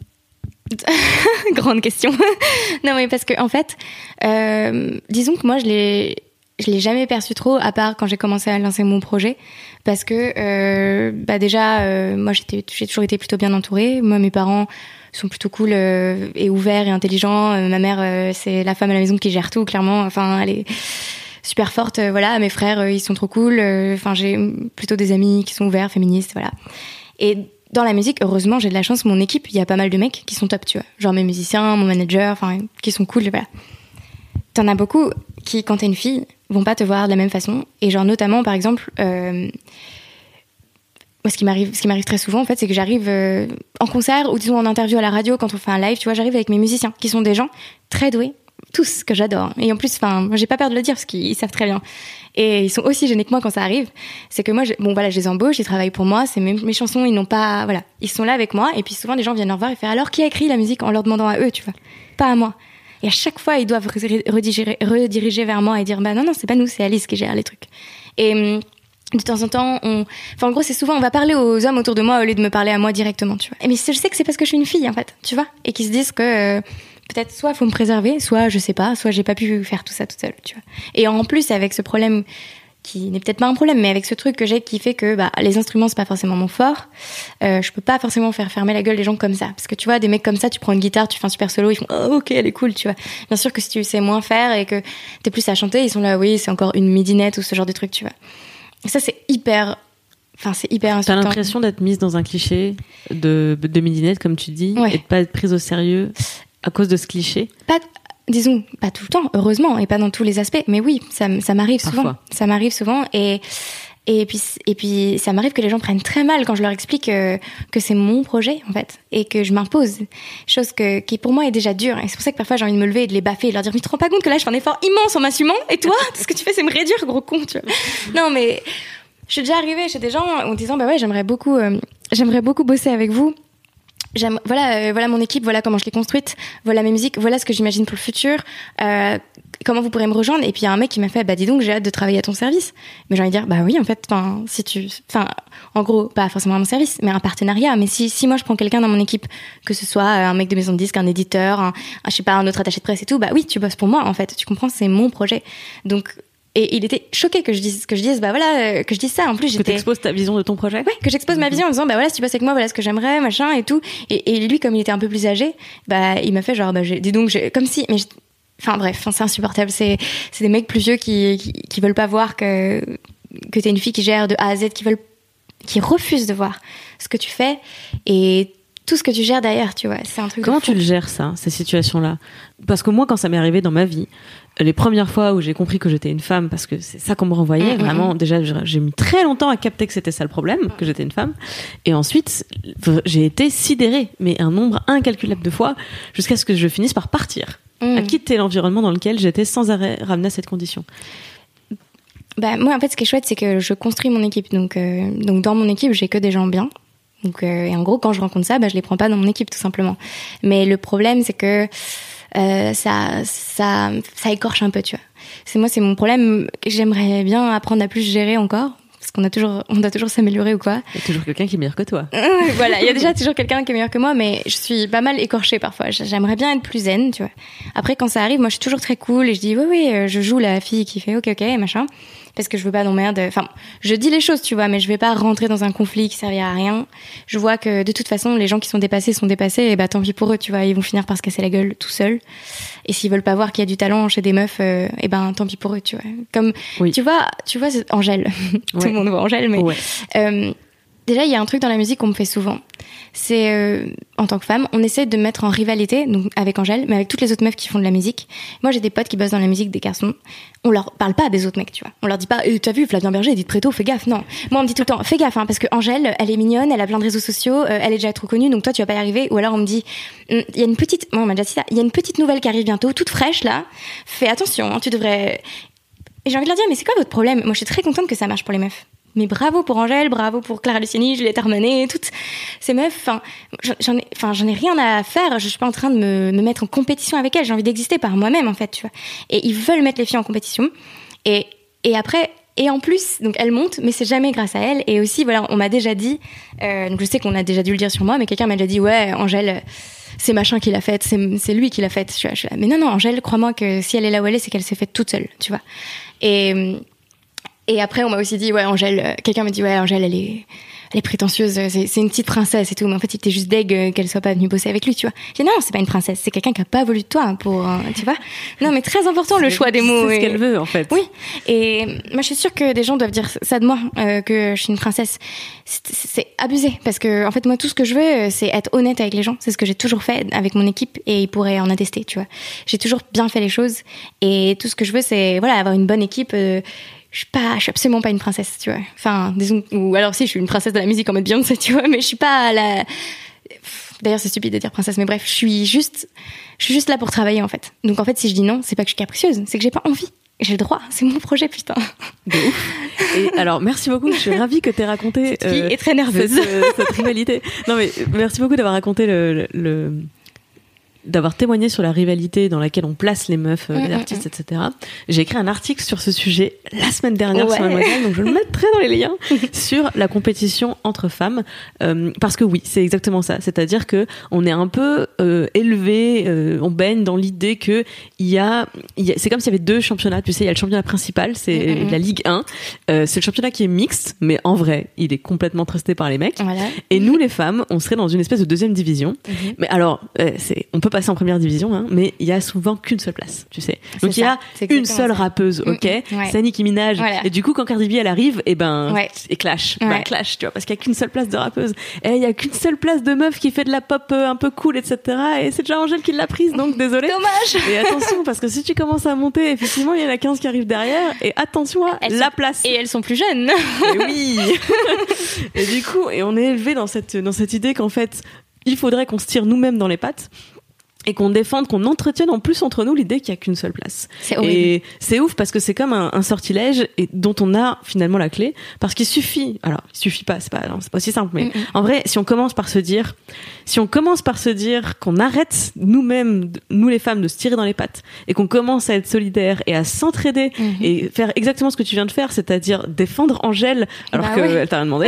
grande question. Non, mais parce que en fait, disons que moi, je l'ai jamais perçu trop, à part quand j'ai commencé à lancer mon projet, parce que déjà moi j'ai toujours été plutôt bien entourée. Moi mes parents sont plutôt cool et ouverts et intelligents. Ma mère c'est la femme à la maison qui gère tout, clairement. Enfin elle est super forte, voilà. Mes frères ils sont trop cool. Enfin j'ai plutôt des amis qui sont ouverts, féministes, voilà. Et dans la musique, heureusement, j'ai de la chance. Mon équipe, il y a pas mal de mecs qui sont top, tu vois. Genre mes musiciens, mon manager, enfin qui sont cool, voilà. T'en as beaucoup qui, quand t'es une fille, vont pas te voir de la même façon, et genre notamment par exemple moi ce qui m'arrive très souvent en fait, c'est que j'arrive en concert ou disons en interview à la radio, quand on fait un live, tu vois, j'arrive avec mes musiciens qui sont des gens très doués, tous, que j'adore. Et en plus, enfin, moi, j'ai pas peur de le dire parce qu'ils savent très bien. Et ils sont aussi gênés que moi quand ça arrive. C'est que moi, je les embauche, ils travaillent pour moi. C'est mes chansons, ils n'ont pas, voilà, ils sont là avec moi. Et puis souvent, les gens viennent leur voir et faire alors qui a écrit la musique en leur demandant à eux, tu vois, pas à moi. Et à chaque fois, ils doivent rediriger vers moi et dire bah non, c'est pas nous, c'est Alice qui gère les trucs. Et de temps en temps, en gros, c'est souvent, on va parler aux hommes autour de moi au lieu de me parler à moi directement, tu vois. Mais je sais que c'est parce que je suis une fille, en fait, tu vois. Et qu'ils se disent que peut-être soit faut me préserver, soit je sais pas, soit j'ai pas pu faire tout ça toute seule, tu vois. Et en plus, avec ce problème qui n'est peut-être pas un problème, mais avec ce truc que j'ai qui fait que les instruments c'est pas forcément mon fort, je peux pas forcément faire fermer la gueule des gens comme ça, parce que tu vois, des mecs comme ça, tu prends une guitare, tu fais un super solo, ils font oh, ok, elle est cool, tu vois. Bien sûr que si tu sais moins faire et que t'es plus à chanter, ils sont là, oui, c'est encore une midinette ou ce genre de truc, tu vois. Et ça c'est hyper insultant. T'as l'impression d'être mise dans un cliché de midinette comme tu dis, et de pas être prise au sérieux à cause de ce cliché? Disons, pas tout le temps, heureusement, et pas dans tous les aspects, mais oui, ça m'arrive souvent. Parfois. Ça m'arrive souvent, et puis ça m'arrive que les gens prennent très mal quand je leur explique que c'est mon projet, en fait, et que je m'impose. Chose qui pour moi est déjà dure, et c'est pour ça que parfois j'ai envie de me lever et de les baffer et de leur dire, mais tu te rends pas compte que là je fais un effort immense en m'assumant, et toi, tout ce que tu fais c'est me réduire, gros con, tu vois. Non, mais je suis déjà arrivée chez des gens en disant, bah ouais, j'aimerais beaucoup bosser avec vous. Voilà mon équipe, voilà comment je l'ai construite, voilà mes musiques, voilà ce que j'imagine pour le futur, comment vous pourrez me rejoindre. Et puis il y a un mec qui m'a fait dis donc j'ai hâte de travailler à ton service. Mais j'ai envie de dire oui en fait, en gros pas forcément à mon service mais un partenariat. Mais si moi je prends quelqu'un dans mon équipe, que ce soit un mec de maison de disque, un éditeur, je sais pas, un autre attaché de presse et tout, oui tu bosses pour moi en fait, tu comprends, c'est mon projet. Donc et il était choqué que je dise que je dise ça. En plus, que t'exposes ta vision de ton projet. Ouais, que j'expose ma vision en disant si tu bosses avec moi, voilà ce que j'aimerais, machin et tout. Et lui, comme il était un peu plus âgé, il m'a fait comme si, mais enfin bref, c'est insupportable. C'est des mecs plus vieux qui veulent pas voir que t'es une fille qui gère de A à Z, qui refusent de voir ce que tu fais et tout ce que tu gères derrière, tu vois. C'est un truc. Comment tu le gères ça, ces situations-là? Parce que moi, quand ça m'est arrivé dans ma vie, les premières fois où j'ai compris que j'étais une femme, parce que c'est ça qu'on me renvoyait, vraiment, déjà, j'ai mis très longtemps à capter que c'était ça le problème, que j'étais une femme. Et ensuite, j'ai été sidérée, mais un nombre incalculable de fois, jusqu'à ce que je finisse par partir, à quitter l'environnement dans lequel j'étais sans arrêt ramenée à cette condition. Moi, en fait, ce qui est chouette, c'est que je construis mon équipe. Donc dans mon équipe, j'ai que des gens bien. Donc, et en gros, quand je rencontre ça, je les prends pas dans mon équipe, tout simplement. Mais le problème, c'est que ça écorche un peu, tu vois. C'est mon problème. J'aimerais bien apprendre à plus gérer encore, parce on doit toujours s'améliorer ou quoi. Il y a toujours quelqu'un qui est meilleur que toi. Voilà, il y a déjà toujours quelqu'un qui est meilleur que moi, mais je suis pas mal écorchée parfois. J'aimerais bien être plus zen, tu vois. Après, quand ça arrive, moi, je suis toujours très cool et je dis oui, je joue la fille qui fait ok, machin. Parce que je veux pas d'emmerde. Enfin, je dis les choses, tu vois, mais je vais pas rentrer dans un conflit qui servira à rien. Je vois que de toute façon, les gens qui sont dépassés, et tant pis pour eux, tu vois, ils vont finir par se casser la gueule tout seuls. Et s'ils veulent pas voir qu'il y a du talent chez des meufs, tant pis pour eux, tu vois. Comme tu vois, c'est Angèle. Tout le monde voit Angèle, mais déjà, il y a un truc dans la musique qu'on me fait souvent. C'est, en tant que femme, on essaie de mettre en rivalité, donc avec Angèle, mais avec toutes les autres meufs qui font de la musique. Moi, j'ai des potes qui bossent dans la musique, des garçons. On leur parle pas des autres mecs, tu vois. On leur dit pas, t'as vu Flavien Berger, Edith Préto, fais gaffe, non. Moi, on me dit tout le temps, fais gaffe, parce que Angèle, elle est mignonne, elle a plein de réseaux sociaux, elle est déjà trop connue, donc toi, tu vas pas y arriver. Ou alors, on me dit, il y a une petite, moi, on m'a déjà dit ça, il y a une petite nouvelle qui arrive bientôt, toute fraîche, là. Fais attention, tu devrais. Et j'ai envie de leur dire, mais c'est quoi votre problème? Moi, je suis très contente que ça marche pour les meufs. Mais bravo pour Angèle, bravo pour Clara Luciani, Juliette Armanet, toutes ces meufs. J'en ai rien à faire. Je suis pas en train de me mettre en compétition avec elles. J'ai envie d'exister par moi-même, en fait, tu vois. Et ils veulent mettre les filles en compétition. Et après, et en plus, donc elles montent, mais c'est jamais grâce à elles. Et aussi, voilà, on m'a déjà dit, donc je sais qu'on a déjà dû le dire sur moi, mais quelqu'un m'a déjà dit, ouais, Angèle, c'est machin qui l'a faite, c'est lui qui l'a faite. Je suis là, mais non, Angèle, crois-moi que si elle est là où elle est, c'est qu'elle s'est faite toute seule, tu vois. Et après, on m'a aussi dit, ouais, Angèle, quelqu'un m'a dit, ouais, Angèle, elle est prétentieuse, c'est une petite princesse et tout. Mais en fait, il était juste deg qu'elle soit pas venue bosser avec lui, tu vois. J'ai dit, non, c'est pas une princesse, c'est quelqu'un qui a pas voulu de toi tu vois. Non, mais très important le choix des mots. C'est ce qu'elle veut, en fait. Oui. Et moi, je suis sûre que des gens doivent dire ça de moi, que je suis une princesse. C'est abusé. Parce que, en fait, moi, tout ce que je veux, c'est être honnête avec les gens. C'est ce que j'ai toujours fait avec mon équipe et ils pourraient en attester, tu vois. J'ai toujours bien fait les choses. Et tout ce que je veux, c'est, voilà, avoir une bonne équipe, je suis absolument pas une princesse, tu vois. Enfin, disons, ou alors si, je suis une princesse de la musique en mode Beyoncé, tu vois, mais je suis pas D'ailleurs, c'est stupide de dire princesse, mais bref, je suis juste là pour travailler, en fait. Donc, en fait, si je dis non, c'est pas que je suis capricieuse, c'est que j'ai pas envie. J'ai le droit, c'est mon projet, putain. De ouf. Et alors, merci beaucoup, je suis ravie que t'aies raconté... Cette fille est très nerveuse. Cette rivalité. Non, mais merci beaucoup d'avoir raconté d'avoir témoigné sur la rivalité dans laquelle on place les meufs, les artistes, etc. J'ai écrit un article sur ce sujet la semaine dernière sur Mademoiselle, donc je le mettrai dans les liens, sur la compétition entre femmes, parce que oui, c'est exactement ça. C'est-à-dire que on est un peu élevé, on baigne dans l'idée que c'est comme s'il y avait deux championnats. Tu sais, il y a le championnat principal, c'est la Ligue 1. C'est le championnat qui est mixte, mais en vrai, il est complètement trusté par les mecs. Voilà. Et nous, les femmes, on serait dans une espèce de deuxième division. Mais alors, on peut passer en première division, hein, mais il y a souvent qu'une seule place, tu sais. Donc il y a une seule rappeuse, ok, c'est Nicki Minaj. Voilà. Et du coup, quand Cardi B elle arrive, et clash, clash, tu vois, parce qu'il y a qu'une seule place de rappeuse. Et il y a qu'une seule place de meuf qui fait de la pop un peu cool, etc. Et c'est déjà Angèle qui l'a prise, donc désolé. Dommage. Et attention, parce que si tu commences à monter, effectivement, il y en a 15 qui arrivent derrière. Et attention à la place. Et elles sont plus jeunes. Et oui. Et du coup, on est élevé dans cette idée qu'en fait, il faudrait qu'on se tire nous-mêmes dans les pattes. Et qu'on défende, qu'on entretienne en plus entre nous l'idée qu'il y a qu'une seule place. C'est horrible. Et c'est ouf parce que c'est comme un sortilège et dont on a finalement la clé. Parce qu'il suffit pas, c'est pas aussi simple, mais en vrai, si on commence par se dire qu'on arrête nous-mêmes, nous les femmes, de se tirer dans les pattes et qu'on commence à être solidaires et à s'entraider et faire exactement ce que tu viens de faire, c'est-à-dire défendre Angèle alors qu'elle t'a rien demandé.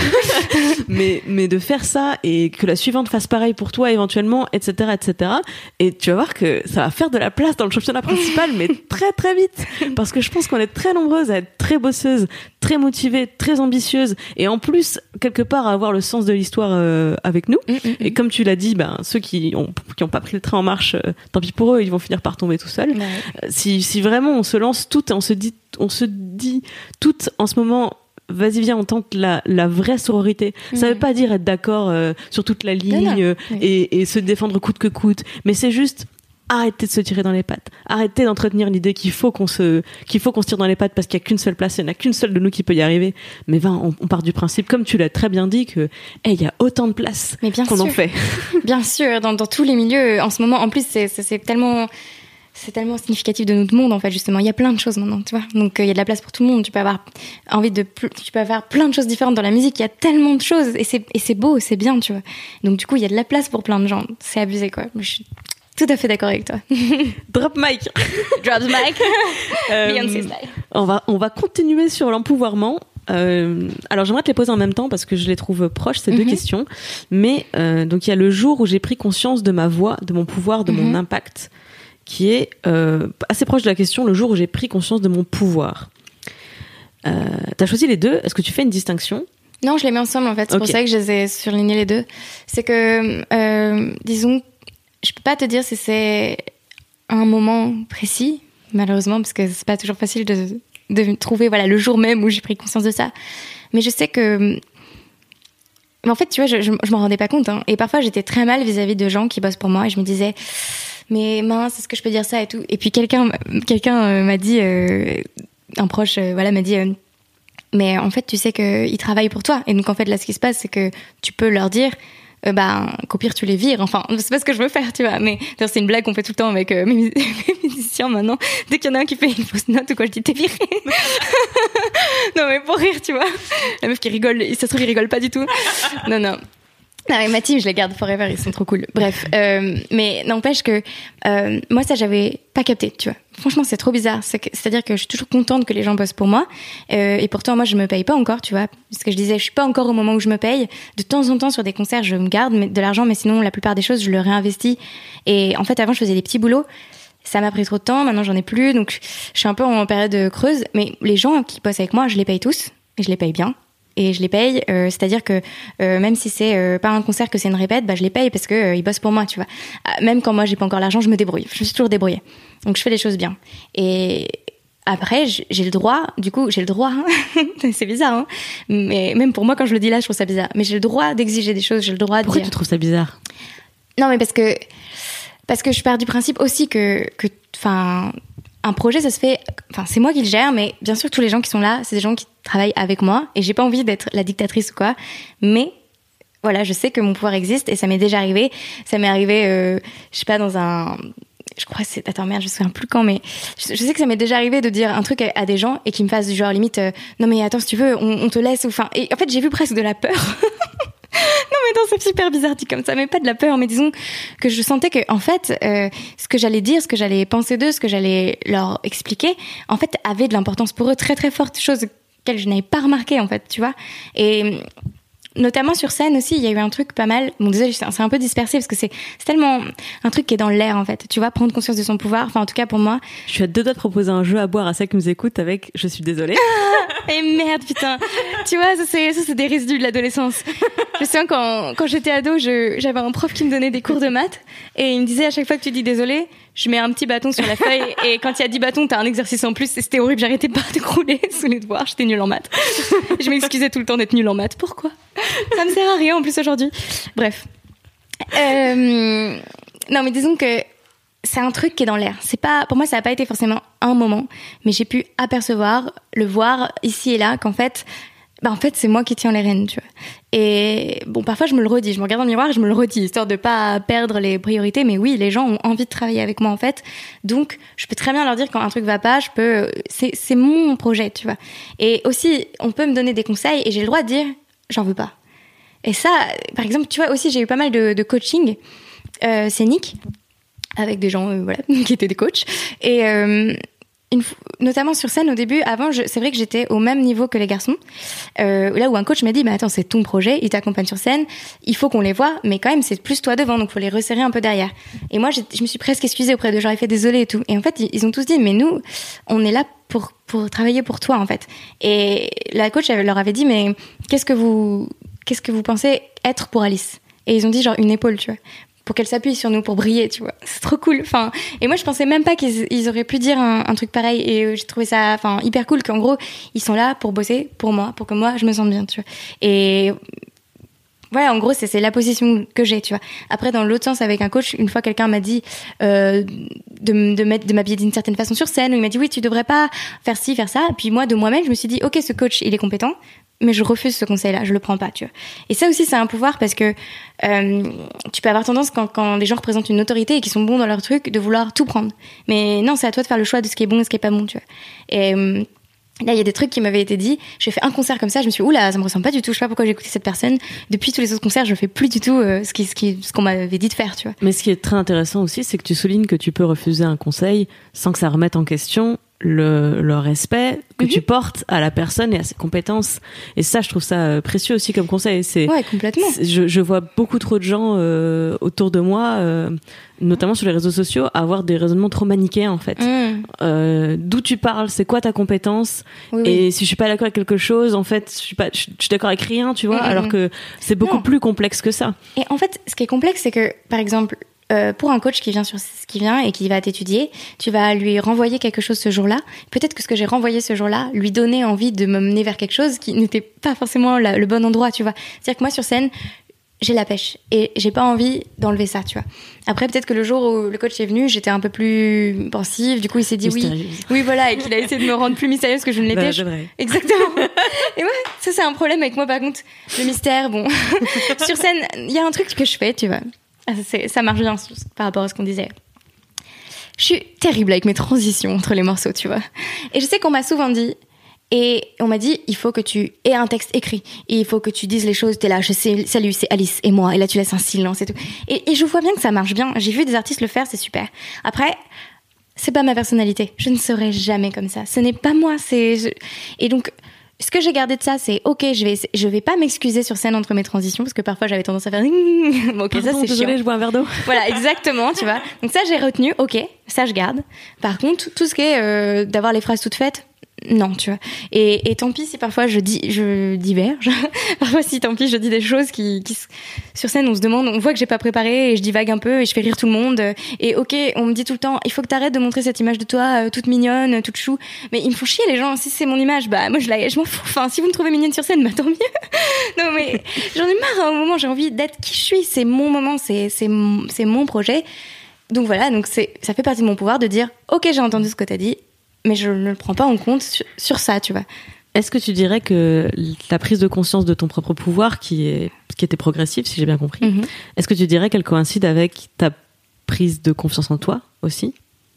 mais de faire ça et que la suivante fasse pareil pour toi éventuellement, etc., etc. Et tu vas voir que ça va faire de la place dans le championnat principal, mais très très vite, parce que je pense qu'on est très nombreuses à être très bosseuses, très motivées, très ambitieuses, et en plus quelque part à avoir le sens de l'histoire avec nous. Et comme tu l'as dit, ceux qui ont pas pris le train en marche, tant pis pour eux, ils vont finir par tomber tout seuls. Si vraiment on se lance toutes et on se dit toutes en ce moment, vas-y viens, on tente la vraie sororité. Ça veut pas dire être d'accord sur toute la ligne et se défendre coûte que coûte, mais c'est juste arrêtez de se tirer dans les pattes, arrêtez d'entretenir l'idée qu'il faut qu'on se tire dans les pattes parce qu'il y a qu'une seule place, il n'y en a qu'une seule de nous qui peut y arriver. Mais on part du principe, comme tu l'as très bien dit, que il y a autant de places qu'on en fait. Bien sûr, dans tous les milieux en ce moment. En plus, c'est tellement significatif de notre monde, en fait, justement. Il y a plein de choses maintenant, tu vois. Donc, il y a de la place pour tout le monde. Tu peux avoir tu peux avoir plein de choses différentes dans la musique. Il y a tellement de choses. Et c'est beau, c'est bien, tu vois. Donc, du coup, il y a de la place pour plein de gens. C'est abusé, quoi. Je suis tout à fait d'accord avec toi. Drop mic. Drop the mic. Beyoncé style. On va continuer sur l'empouvoirment. Alors j'aimerais te les poser en même temps parce que je les trouve proches, ces deux questions. Mais donc il y a le jour où j'ai pris conscience de ma voix, de mon pouvoir, de mon impact, qui est assez proche de la question le jour où j'ai pris conscience de mon pouvoir. T'as choisi les deux. Est-ce que tu fais une distinction ? Non, je les mets ensemble, en fait. C'est pour ça que je les ai surlignés les deux. C'est que, disons, je peux pas te dire si c'est un moment précis, malheureusement, parce que c'est pas toujours facile de trouver, le jour même où j'ai pris conscience de ça. Mais je sais que... Mais en fait, tu vois, je m'en rendais pas compte. Hein. Et parfois, j'étais très mal vis-à-vis de gens qui bossent pour moi. Et je me disais... mais mince, est-ce que je peux dire ça et tout? Et puis quelqu'un m'a dit, un proche, m'a dit, mais en fait, tu sais qu'ils travaillent pour toi. Et donc, en fait, là, ce qui se passe, c'est que tu peux leur dire, qu'au pire, tu les vires. Enfin, c'est pas ce que je veux faire, tu vois. Mais d'ailleurs, c'est une blague qu'on fait tout le temps avec mes musiciens maintenant. Dès qu'il y en a un qui fait une fausse note ou quoi, je dis, t'es viré. Non, mais pour rire, tu vois. La meuf qui rigole, ça se trouve, il rigole pas du tout. Non. Avec ma team, je les garde forever, ils sont trop cool. Bref, mais n'empêche que moi, ça, j'avais pas capté, tu vois. Franchement, c'est trop bizarre. C'est-à-dire que je suis toujours contente que les gens bossent pour moi. Et pourtant, moi, je me paye pas encore, tu vois. Parce que je disais, je suis pas encore au moment où je me paye. De temps en temps, sur des concerts, je me garde de l'argent, mais sinon, la plupart des choses, je le réinvestis. Et en fait, avant, je faisais des petits boulots. Ça m'a pris trop de temps. Maintenant, j'en ai plus. Donc, je suis un peu en période creuse. Mais les gens qui bossent avec moi, je les paye tous. Et je les paye bien. Et je les paye, c'est-à-dire que même si c'est pas un concert, que c'est une répète, je les paye parce que ils bossent pour moi, tu vois. Même quand moi j'ai pas encore l'argent, je me débrouille. Je me suis toujours débrouillée. Donc je fais les choses bien. Et après, j'ai le droit, hein, c'est bizarre, hein. Mais même pour moi, quand je le dis là, je trouve ça bizarre. Mais j'ai le droit d'exiger des choses, j'ai le droit de dire... Pourquoi tu trouves ça bizarre ? Non, mais parce que je pars du principe aussi que un projet, ça se fait... Enfin, c'est moi qui le gère, mais bien sûr, tous les gens qui sont là, c'est des gens qui travaillent avec moi. Et j'ai pas envie d'être la dictatrice ou quoi. Mais voilà, je sais que mon pouvoir existe et ça m'est déjà arrivé. Ça m'est arrivé, je sais pas, dans un... Je crois que c'est... Attends, merde, je me souviens plus quand, mais je sais que ça m'est déjà arrivé de dire un truc à des gens et qu'ils me fassent genre limite non mais attends, si tu veux, on te laisse, ou enfin... Et en fait, j'ai vu presque de la peur. Non mais non, c'est super bizarre dit comme ça, mais pas de la peur, mais disons que je sentais que en fait ce que j'allais dire, ce que j'allais penser d'eux, ce que j'allais leur expliquer, en fait avait de l'importance pour eux, très très forte, chose qu'elle je n'avais pas remarqué en fait, tu vois. Et notamment sur scène aussi, il y a eu un truc pas mal. Bon, désolé, c'est un peu dispersé parce que c'est tellement un truc qui est dans l'air en fait. Tu vois, prendre conscience de son pouvoir. Enfin, en tout cas pour moi. Je suis à deux doigts de proposer un jeu à boire à ceux qui nous écoutent avec je suis désolée. Et merde, putain. Tu vois, ça c'est des résidus de l'adolescence. Je me souviens quand j'étais ado, j'avais un prof qui me donnait des cours de maths et il me disait à chaque fois que tu dis désolé, je mets un petit bâton sur la feuille et quand il y a 10 bâtons, t'as un exercice en plus et c'était horrible. J'arrêtais pas de crouler sous les devoirs. J'étais nulle en maths. Je m'excusais tout le temps d'être nulle en maths. Pourquoi? Ça me sert à rien en plus aujourd'hui. Bref. Non, mais disons que c'est un truc qui est dans l'air. C'est pas, pour moi, ça n'a pas été forcément un moment, mais j'ai pu apercevoir, le voir ici et là, qu'en fait, en fait, c'est moi qui tiens les rênes, tu vois. Et bon, parfois, je me le redis. Je me regarde dans le miroir et je me le redis, histoire de pas perdre les priorités. Mais oui, les gens ont envie de travailler avec moi, en fait. Donc, je peux très bien leur dire quand un truc va pas, c'est mon projet, tu vois. Et aussi, on peut me donner des conseils et j'ai le droit de dire, j'en veux pas. Et ça, par exemple, tu vois, aussi, j'ai eu pas mal de coaching scénique avec des gens, voilà, qui étaient des coachs. Et notamment sur scène au début, avant, c'est vrai que j'étais au même niveau que les garçons. Là où un coach m'a dit, attends, c'est ton projet, il t'accompagne sur scène, il faut qu'on les voie, mais quand même, c'est plus toi devant, donc faut les resserrer un peu derrière. Et moi, je me suis presque excusée auprès d'eux, j'aurais fait désolée et tout. Et en fait, ils ont tous dit, mais nous, on est là pour travailler pour toi, en fait. Et la coach leur avait dit, mais qu'est-ce que vous pensez être pour Alice? Et ils ont dit genre une épaule, tu vois, pour qu'elle s'appuie sur nous pour briller, tu vois. C'est trop cool. Enfin, et moi je pensais même pas qu'ils auraient pu dire un truc pareil et j'ai trouvé ça hyper cool qu'en gros, ils sont là pour bosser pour moi, pour que moi je me sente bien, tu vois. Et voilà, en gros, c'est la position que j'ai, tu vois. Après, dans l'autre sens, avec un coach, une fois, quelqu'un m'a dit de m'habiller d'une certaine façon sur scène, où il m'a dit, oui, tu devrais pas faire ci, faire ça. Et puis moi, de moi-même, je me suis dit, ok, ce coach, il est compétent, mais je refuse ce conseil-là, je le prends pas, tu vois. Et ça aussi, c'est un pouvoir parce que tu peux avoir tendance, quand les gens représentent une autorité et qu'ils sont bons dans leur truc, de vouloir tout prendre. Mais non, c'est à toi de faire le choix de ce qui est bon et ce qui est pas bon, tu vois. Et là, il y a des trucs qui m'avaient été dit. J'ai fait un concert comme ça, je me suis dit, oula, ça me ressemble pas du tout. Je sais pas pourquoi j'ai écouté cette personne. Depuis tous les autres concerts, je fais plus du tout ce qu'on m'avait dit de faire, tu vois. Mais ce qui est très intéressant aussi, c'est que tu soulignes que tu peux refuser un conseil sans que ça remette en question le respect que tu portes à la personne et à ses compétences. Et ça, je trouve ça précieux aussi comme conseil. Ouais, complètement. Je vois beaucoup trop de gens autour de moi, notamment sur les réseaux sociaux, avoir des raisonnements trop manichéens, en fait. D'où tu parles, c'est quoi ta compétence, et si je suis pas d'accord avec quelque chose, en fait, je suis d'accord avec rien, tu vois, alors que c'est beaucoup plus complexe que ça. Et en fait, ce qui est complexe, c'est que, par exemple, pour un coach qui vient et qui va t'étudier, tu vas lui renvoyer quelque chose ce jour-là. Peut-être que ce que j'ai renvoyé ce jour-là lui donnait envie de me mener vers quelque chose qui n'était pas forcément le bon endroit, tu vois. C'est-à-dire que moi, sur scène, j'ai la pêche et j'ai pas envie d'enlever ça, tu vois. Après, peut-être que le jour où le coach est venu, j'étais un peu plus pensive. Du coup, il s'est dit oui, voilà, et qu'il a essayé de me rendre plus mystérieuse que je ne l'étais. Exactement. Et ouais, ça c'est un problème avec moi. Par contre, le mystère, bon, sur scène, il y a un truc que je fais, tu vois. Ça marche bien par rapport à ce qu'on disait. Je suis terrible avec mes transitions entre les morceaux, tu vois. Et je sais qu'on m'a souvent dit, et on m'a dit, il faut que tu aies un texte écrit, et il faut que tu dises les choses, t'es là, je sais, salut, c'est Alice et moi, et là tu laisses un silence et tout. Et je vois bien que ça marche bien, j'ai vu des artistes le faire, c'est super. Après, c'est pas ma personnalité, je ne serai jamais comme ça, ce n'est pas moi, et donc, ce que j'ai gardé de ça, c'est ok, je vais pas m'excuser sur scène entre mes transitions parce que parfois j'avais tendance à faire bon, ok, ça c'est désolé, chiant. Je bois un verre d'eau. Voilà, exactement, tu vois. Donc ça j'ai retenu, ok, ça je garde. Par contre, tout ce qui est d'avoir les phrases toutes faites, non, tu vois. Et tant pis si parfois je diverge. Parfois si tant pis je dis des choses qui sur scène on se demande, on voit que j'ai pas préparé et je divague un peu et je fais rire tout le monde. Et ok, on me dit tout le temps, il faut que t'arrêtes de montrer cette image de toi toute mignonne, toute chou. Mais ils me font chier les gens. Si c'est mon image, bah moi je m'en fous. Enfin, si vous me trouvez mignonne sur scène, bah tant mieux. Non mais j'en ai marre. À un moment, j'ai envie d'être qui je suis. C'est mon moment, c'est mon projet. Donc voilà, donc ça fait partie de mon pouvoir de dire, ok, j'ai entendu ce que t'as dit. Mais je ne le prends pas en compte sur ça, tu vois. Est-ce que tu dirais que ta prise de conscience de ton propre pouvoir, qui était progressive, si j'ai bien compris, est-ce que tu dirais qu'elle coïncide avec ta prise de confiance en toi aussi ?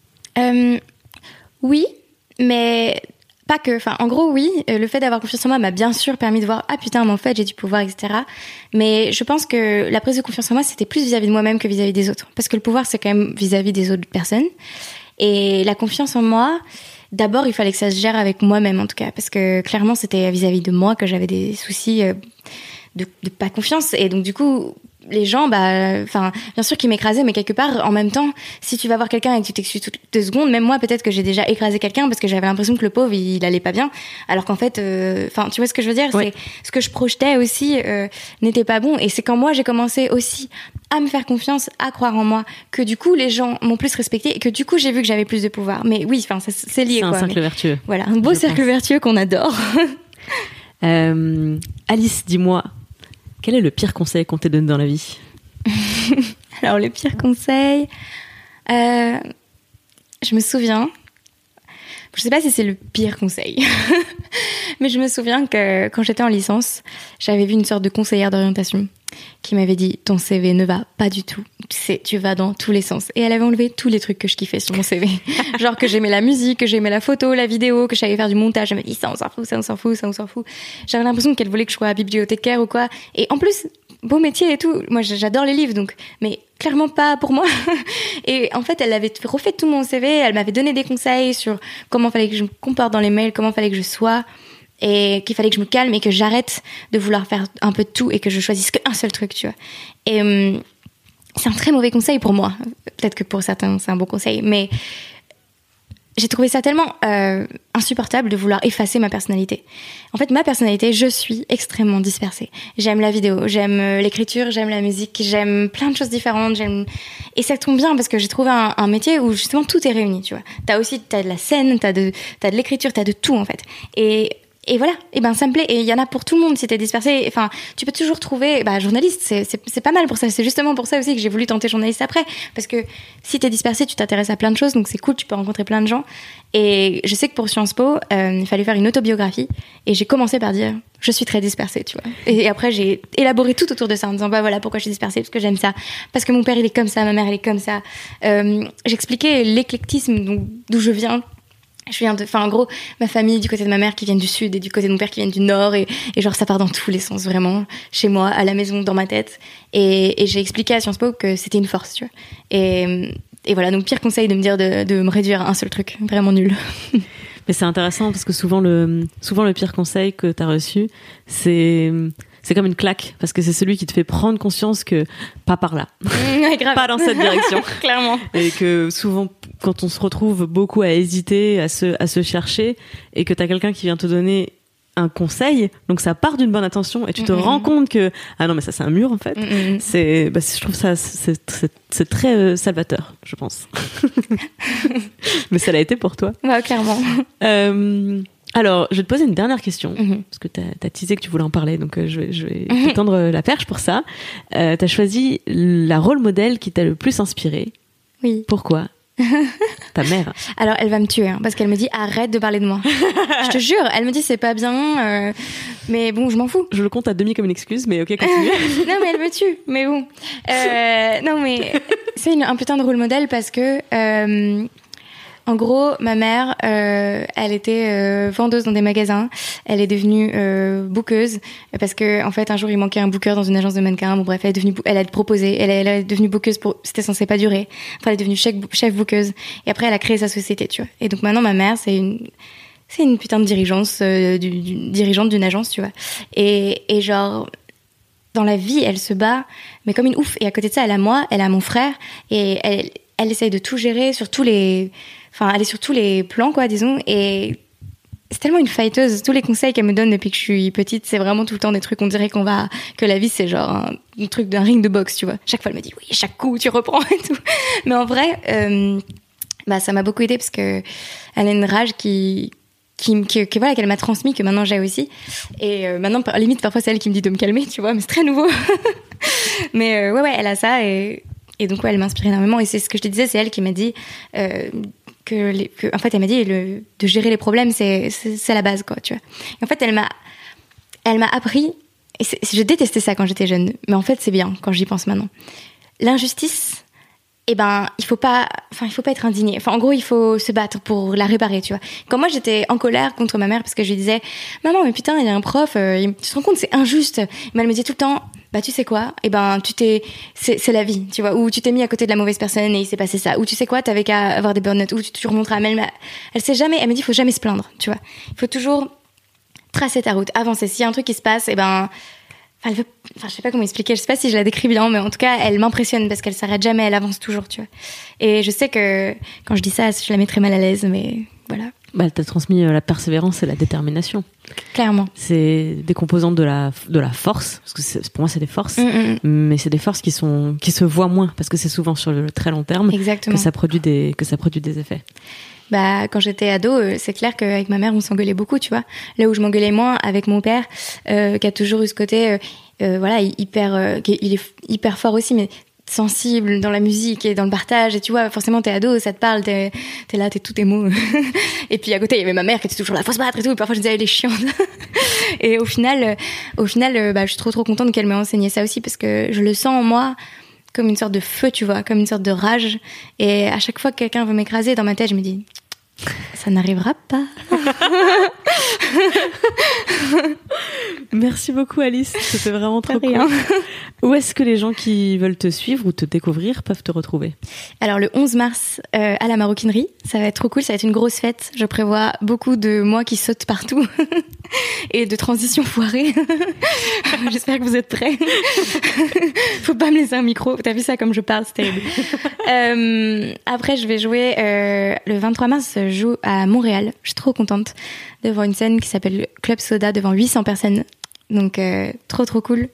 Oui, mais pas que. Enfin, en gros, oui, le fait d'avoir confiance en moi m'a bien sûr permis de voir, ah putain, mais en fait, j'ai du pouvoir, etc. Mais je pense que la prise de confiance en moi, c'était plus vis-à-vis de moi-même que vis-à-vis des autres. Parce que le pouvoir, c'est quand même vis-à-vis des autres personnes. Et la confiance en moi... D'abord, il fallait que ça se gère avec moi-même, en tout cas, parce que clairement, c'était vis-à-vis de moi que j'avais des soucis de pas confiance. Et donc, du coup, les gens, bien sûr qu'ils m'écrasaient, mais quelque part, en même temps, si tu vas voir quelqu'un et que tu t'excuses toutes 2 secondes, même moi, peut-être que j'ai déjà écrasé quelqu'un parce que j'avais l'impression que le pauvre, il allait pas bien. Alors qu'en fait, tu vois ce que je veux dire ? Ouais. C'est ce que je projetais aussi n'était pas bon. Et c'est quand moi, j'ai commencé aussi à me faire confiance, à croire en moi, que du coup, les gens m'ont plus respecté et que du coup, j'ai vu que j'avais plus de pouvoir. Mais oui, c'est lié, c'est quoi. Un cercle vertueux. Voilà, un beau cercle vertueux qu'on adore. Alice, dis-moi, quel est le pire conseil qu'on t'ait donné dans la vie ? Alors, le pire conseil... je me souviens... Je sais pas si c'est le pire conseil, mais je me souviens que quand j'étais en licence, j'avais vu une sorte de conseillère d'orientation qui m'avait dit « Ton CV ne va pas du tout. Tu vas dans tous les sens. » Et elle avait enlevé tous les trucs que je kiffais sur mon CV. Genre que j'aimais la musique, que j'aimais la photo, la vidéo, que je savais faire du montage. Elle m'a dit « Ça, on s'en fout, ça, on s'en fout, ça, on s'en fout. » J'avais l'impression qu'elle voulait que je sois bibliothécaire ou quoi. Et en plus, beau métier et tout. Moi, j'adore les livres, donc... Mais clairement pas pour moi. Et en fait, elle avait refait tout mon CV. Elle m'avait donné des conseils sur comment fallait que je me comporte dans les mails, comment fallait que je sois... et qu'il fallait que je me calme et que j'arrête de vouloir faire un peu de tout et que je choisisse qu'un seul truc, tu vois. Et c'est un très mauvais conseil pour moi. Peut-être que pour certains, c'est un bon conseil, mais j'ai trouvé ça tellement insupportable de vouloir effacer ma personnalité. En fait, ma personnalité, je suis extrêmement dispersée. J'aime la vidéo, j'aime l'écriture, j'aime la musique, j'aime plein de choses différentes. Et ça tombe bien parce que j'ai trouvé un métier où justement tout est réuni, tu vois. T'as de la scène, t'as de l'écriture, t'as de tout en fait. Et voilà, et ben ça me plaît, et il y en a pour tout le monde si t'es dispersé. Enfin, tu peux toujours trouver journaliste, c'est pas mal pour ça. C'est justement pour ça aussi que j'ai voulu tenter journaliste après, parce que si t'es dispersé, tu t'intéresses à plein de choses, donc c'est cool, tu peux rencontrer plein de gens. Et je sais que pour Sciences Po, il fallait faire une autobiographie, et j'ai commencé par dire je suis très dispersée, tu vois. Et après j'ai élaboré tout autour de ça en disant voilà pourquoi je suis dispersée, parce que j'aime ça, parce que mon père il est comme ça, ma mère elle est comme ça. J'expliquais l'éclectisme d'où je viens. En gros, ma famille du côté de ma mère qui vient du sud et du côté de mon père qui vient du nord et genre ça part dans tous les sens vraiment, chez moi, à la maison, dans ma tête. Et j'ai expliqué à Sciences Po que c'était une force, tu vois. Et voilà, donc pire conseil de me dire de me réduire à un seul truc, vraiment nul. Mais c'est intéressant parce que souvent le pire conseil que t'as reçu, c'est comme une claque, parce que c'est celui qui te fait prendre conscience que pas par là, grave. Pas dans cette direction, clairement. Et que souvent, quand on se retrouve beaucoup à hésiter, à se chercher, et que t'as quelqu'un qui vient te donner un conseil, donc ça part d'une bonne intention, et tu te rends compte que ah non mais ça c'est un mur en fait. Je trouve ça c'est très salvateur, je pense. Mais ça l'a été pour toi. Ouais, clairement. Alors, je vais te poser une dernière question, parce que t'as teasé que tu voulais en parler, donc je vais te tendre la perche pour ça. T'as choisi la rôle modèle qui t'a le plus inspiré. Oui. Pourquoi ? Ta mère. Alors, elle va me tuer, parce qu'elle me dit arrête de parler de moi. Je te jure, elle me dit c'est pas bien, mais bon, je m'en fous. Je le compte à demi comme une excuse, mais ok, continue. Non, mais elle me tue, mais bon. Non, mais c'est un putain de rôle modèle parce que... En gros, ma mère, elle était vendeuse dans des magasins. Elle est devenue bookeuse parce que en fait un jour il manquait un booker dans une agence de mannequins. Bon bref, elle est devenue bookeuse c'était censé pas durer. Enfin, elle est devenue chef bookeuse et après elle a créé sa société, tu vois. Et donc maintenant ma mère c'est une putain de dirigeante d'une agence, tu vois. Et genre dans la vie, elle se bat mais comme une ouf. Et à côté de ça, elle a moi, elle a mon frère et elle essaye de tout gérer sur elle est sur tous les plans, quoi, disons. Et c'est tellement une fighteuse. Tous les conseils qu'elle me donne depuis que je suis petite, c'est vraiment tout le temps des trucs, on dirait que la vie, c'est genre un truc d'un ring de boxe, tu vois. Chaque fois, elle me dit, oui, chaque coup, tu reprends et tout. Mais en vrai, ça m'a beaucoup aidée parce que elle a une rage qu'elle m'a transmis, que maintenant j'ai aussi. Et maintenant, limite, parfois, c'est elle qui me dit de me calmer, tu vois, mais c'est très nouveau. Mais ouais, elle a ça et donc, ouais, elle m'inspire énormément. Et c'est ce que je te disais, c'est elle qui m'a dit en fait, elle m'a dit de gérer les problèmes, c'est la base, quoi, tu vois. Et en fait, elle m'a appris, et je détestais ça quand j'étais jeune, mais en fait, c'est bien quand j'y pense maintenant. L'injustice, il faut pas être indigné. Enfin, en gros, il faut se battre pour la réparer, tu vois. Quand moi, j'étais en colère contre ma mère parce que je lui disais, maman, mais putain, il y a un prof, tu te rends compte, c'est injuste. Mais elle me disait tout le temps, tu sais quoi, c'est la vie, tu vois, ou tu t'es mis à côté de la mauvaise personne et il s'est passé ça, ou tu sais quoi, t'avais qu'à avoir des burn-out, ou tu remonteras. Mais elle sait jamais, elle me dit, il faut jamais se plaindre, tu vois. Il faut toujours tracer ta route, avancer. S'il y a un truc qui se passe, je sais pas comment expliquer, je sais pas si je la décris bien, mais en tout cas, elle m'impressionne parce qu'elle s'arrête jamais, elle avance toujours, tu vois. Et je sais que quand je dis ça, je la mets très mal à l'aise, mais voilà. Elle t'a transmis la persévérance et la détermination. Clairement. C'est des composantes de la force, parce que pour moi c'est des forces, mais c'est des forces qui se voient moins, parce que c'est souvent sur le très long terme. Exactement. que ça produit des effets. Quand j'étais ado, c'est clair qu'avec ma mère, on s'engueulait beaucoup, tu vois. Là où je m'engueulais moins avec mon père, qui a toujours eu ce côté, il est hyper fort aussi, mais sensible dans la musique et dans le partage. Et tu vois, forcément, t'es ado, ça te parle, t'es là, t'es tous tes mots. Et puis à côté, il y avait ma mère qui était toujours là, faut se battre et tout. Et parfois, je disais, elle est chiante. Et au final, je suis trop contente qu'elle m'ait enseigné ça aussi, parce que je le sens en moi comme une sorte de feu, tu vois, comme une sorte de rage. Et à chaque fois que quelqu'un veut m'écraser, dans ma tête, je me dis, ça n'arrivera pas. Merci beaucoup, Alice. C'était vraiment trop cool. Où est-ce que les gens qui veulent te suivre ou te découvrir peuvent te retrouver ? Alors, le 11 mars, à la Maroquinerie, ça va être trop cool. Ça va être une grosse fête. Je prévois beaucoup de moi qui sautent partout et de transitions foirées. J'espère que vous êtes prêts. Faut pas me laisser un micro. T'as vu ça comme je parle, c'est terrible. Après, je vais jouer le 23 mars. Je joue à Montréal. Je suis trop contente devant une scène qui s'appelle Club Soda devant 800 personnes. Donc, trop cool.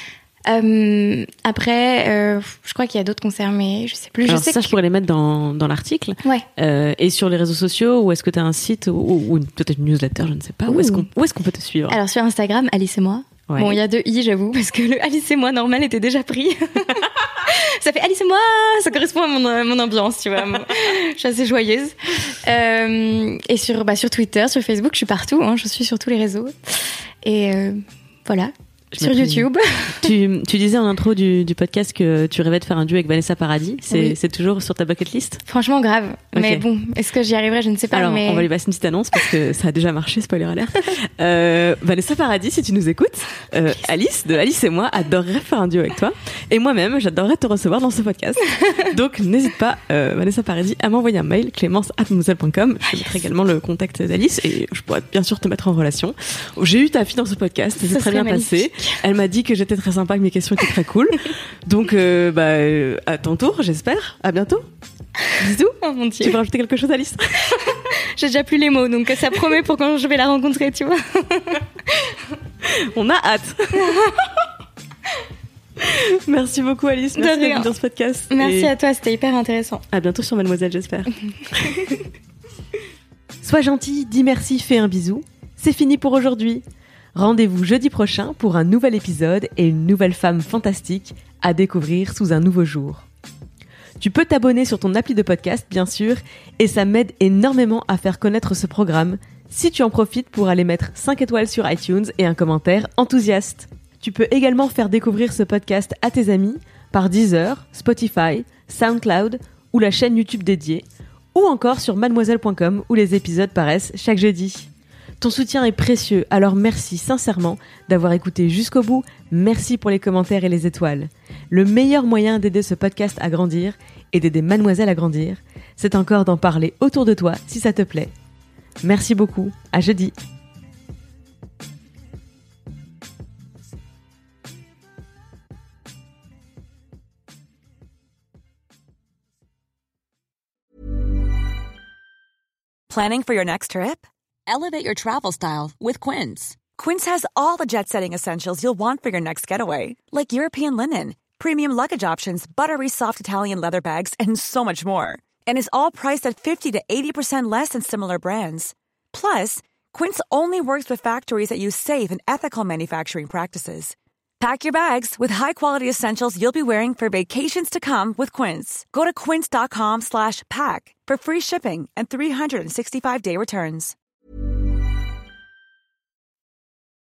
Après, je crois qu'il y a d'autres concerts, mais je sais plus. Je pourrais les mettre dans l'article. Ouais. Et sur les réseaux sociaux, ou est-ce que tu as un site ou peut-être une newsletter, je ne sais pas. Où est-ce qu'on peut te suivre ? Alors, sur Instagram, Alice et moi. Ouais. Bon, il y a 2 i, j'avoue, parce que le Alice et moi normal était déjà pris. Ça fait Alice et moi, ça correspond à mon ambiance, tu vois. Je suis assez joyeuse. Et sur Twitter, sur Facebook, je suis partout, je suis sur tous les réseaux. Et voilà. Sur YouTube. Tu disais en intro du podcast que tu rêvais de faire un duo avec Vanessa Paradis. C'est toujours sur ta bucket list ? Franchement, grave. Okay. Mais bon, est-ce que j'y arriverai ? Je ne sais pas. Alors, on va lui passer une petite annonce parce que ça a déjà marché, spoiler alert. Vanessa Paradis, si tu nous écoutes, Alice, de Alice et moi, adorerait faire un duo avec toi. Et moi-même, j'adorerais te recevoir dans ce podcast. Donc, n'hésite pas, Vanessa Paradis, à m'envoyer un mail, clémence@mademoiselle.com. Je mettrai également le contact d'Alice et je pourrais bien sûr te mettre en relation. J'ai eu ta fille dans ce podcast, c'est très bien passé. Elle m'a dit que j'étais très sympa, que mes questions étaient très cool. Donc, à ton tour, j'espère. À bientôt. Bisous. Oh mon Dieu. Tu veux rajouter quelque chose, Alice ? J'ai déjà plus les mots, donc ça promet pour quand je vais la rencontrer, tu vois. On a hâte. Merci beaucoup, Alice. Merci d'être venue dans ce podcast. Merci à toi, c'était hyper intéressant. À bientôt sur Mademoiselle, j'espère. Sois gentil, dis merci, fais un bisou. C'est fini pour aujourd'hui. Rendez-vous jeudi prochain pour un nouvel épisode et une nouvelle femme fantastique à découvrir sous un nouveau jour. Tu peux t'abonner sur ton appli de podcast, bien sûr, et ça m'aide énormément à faire connaître ce programme si tu en profites pour aller mettre 5 étoiles sur iTunes et un commentaire enthousiaste. Tu peux également faire découvrir ce podcast à tes amis par Deezer, Spotify, SoundCloud ou la chaîne YouTube dédiée, ou encore sur mademoiselle.com où les épisodes paraissent chaque jeudi. Ton soutien est précieux, alors merci sincèrement d'avoir écouté jusqu'au bout. Merci pour les commentaires et les étoiles. Le meilleur moyen d'aider ce podcast à grandir et d'aider Mademoiselle à grandir, c'est encore d'en parler autour de toi si ça te plaît. Merci beaucoup, à jeudi. Planning for your next trip? Elevate your travel style with Quince. Quince has all the jet-setting essentials you'll want for your next getaway, like European linen, premium luggage options, buttery soft Italian leather bags, and so much more. And is all priced at 50 to 80% less than similar brands. Plus, Quince only works with factories that use safe and ethical manufacturing practices. Pack your bags with high-quality essentials you'll be wearing for vacations to come with Quince. Go to quince.com/pack for free shipping and 365-day returns.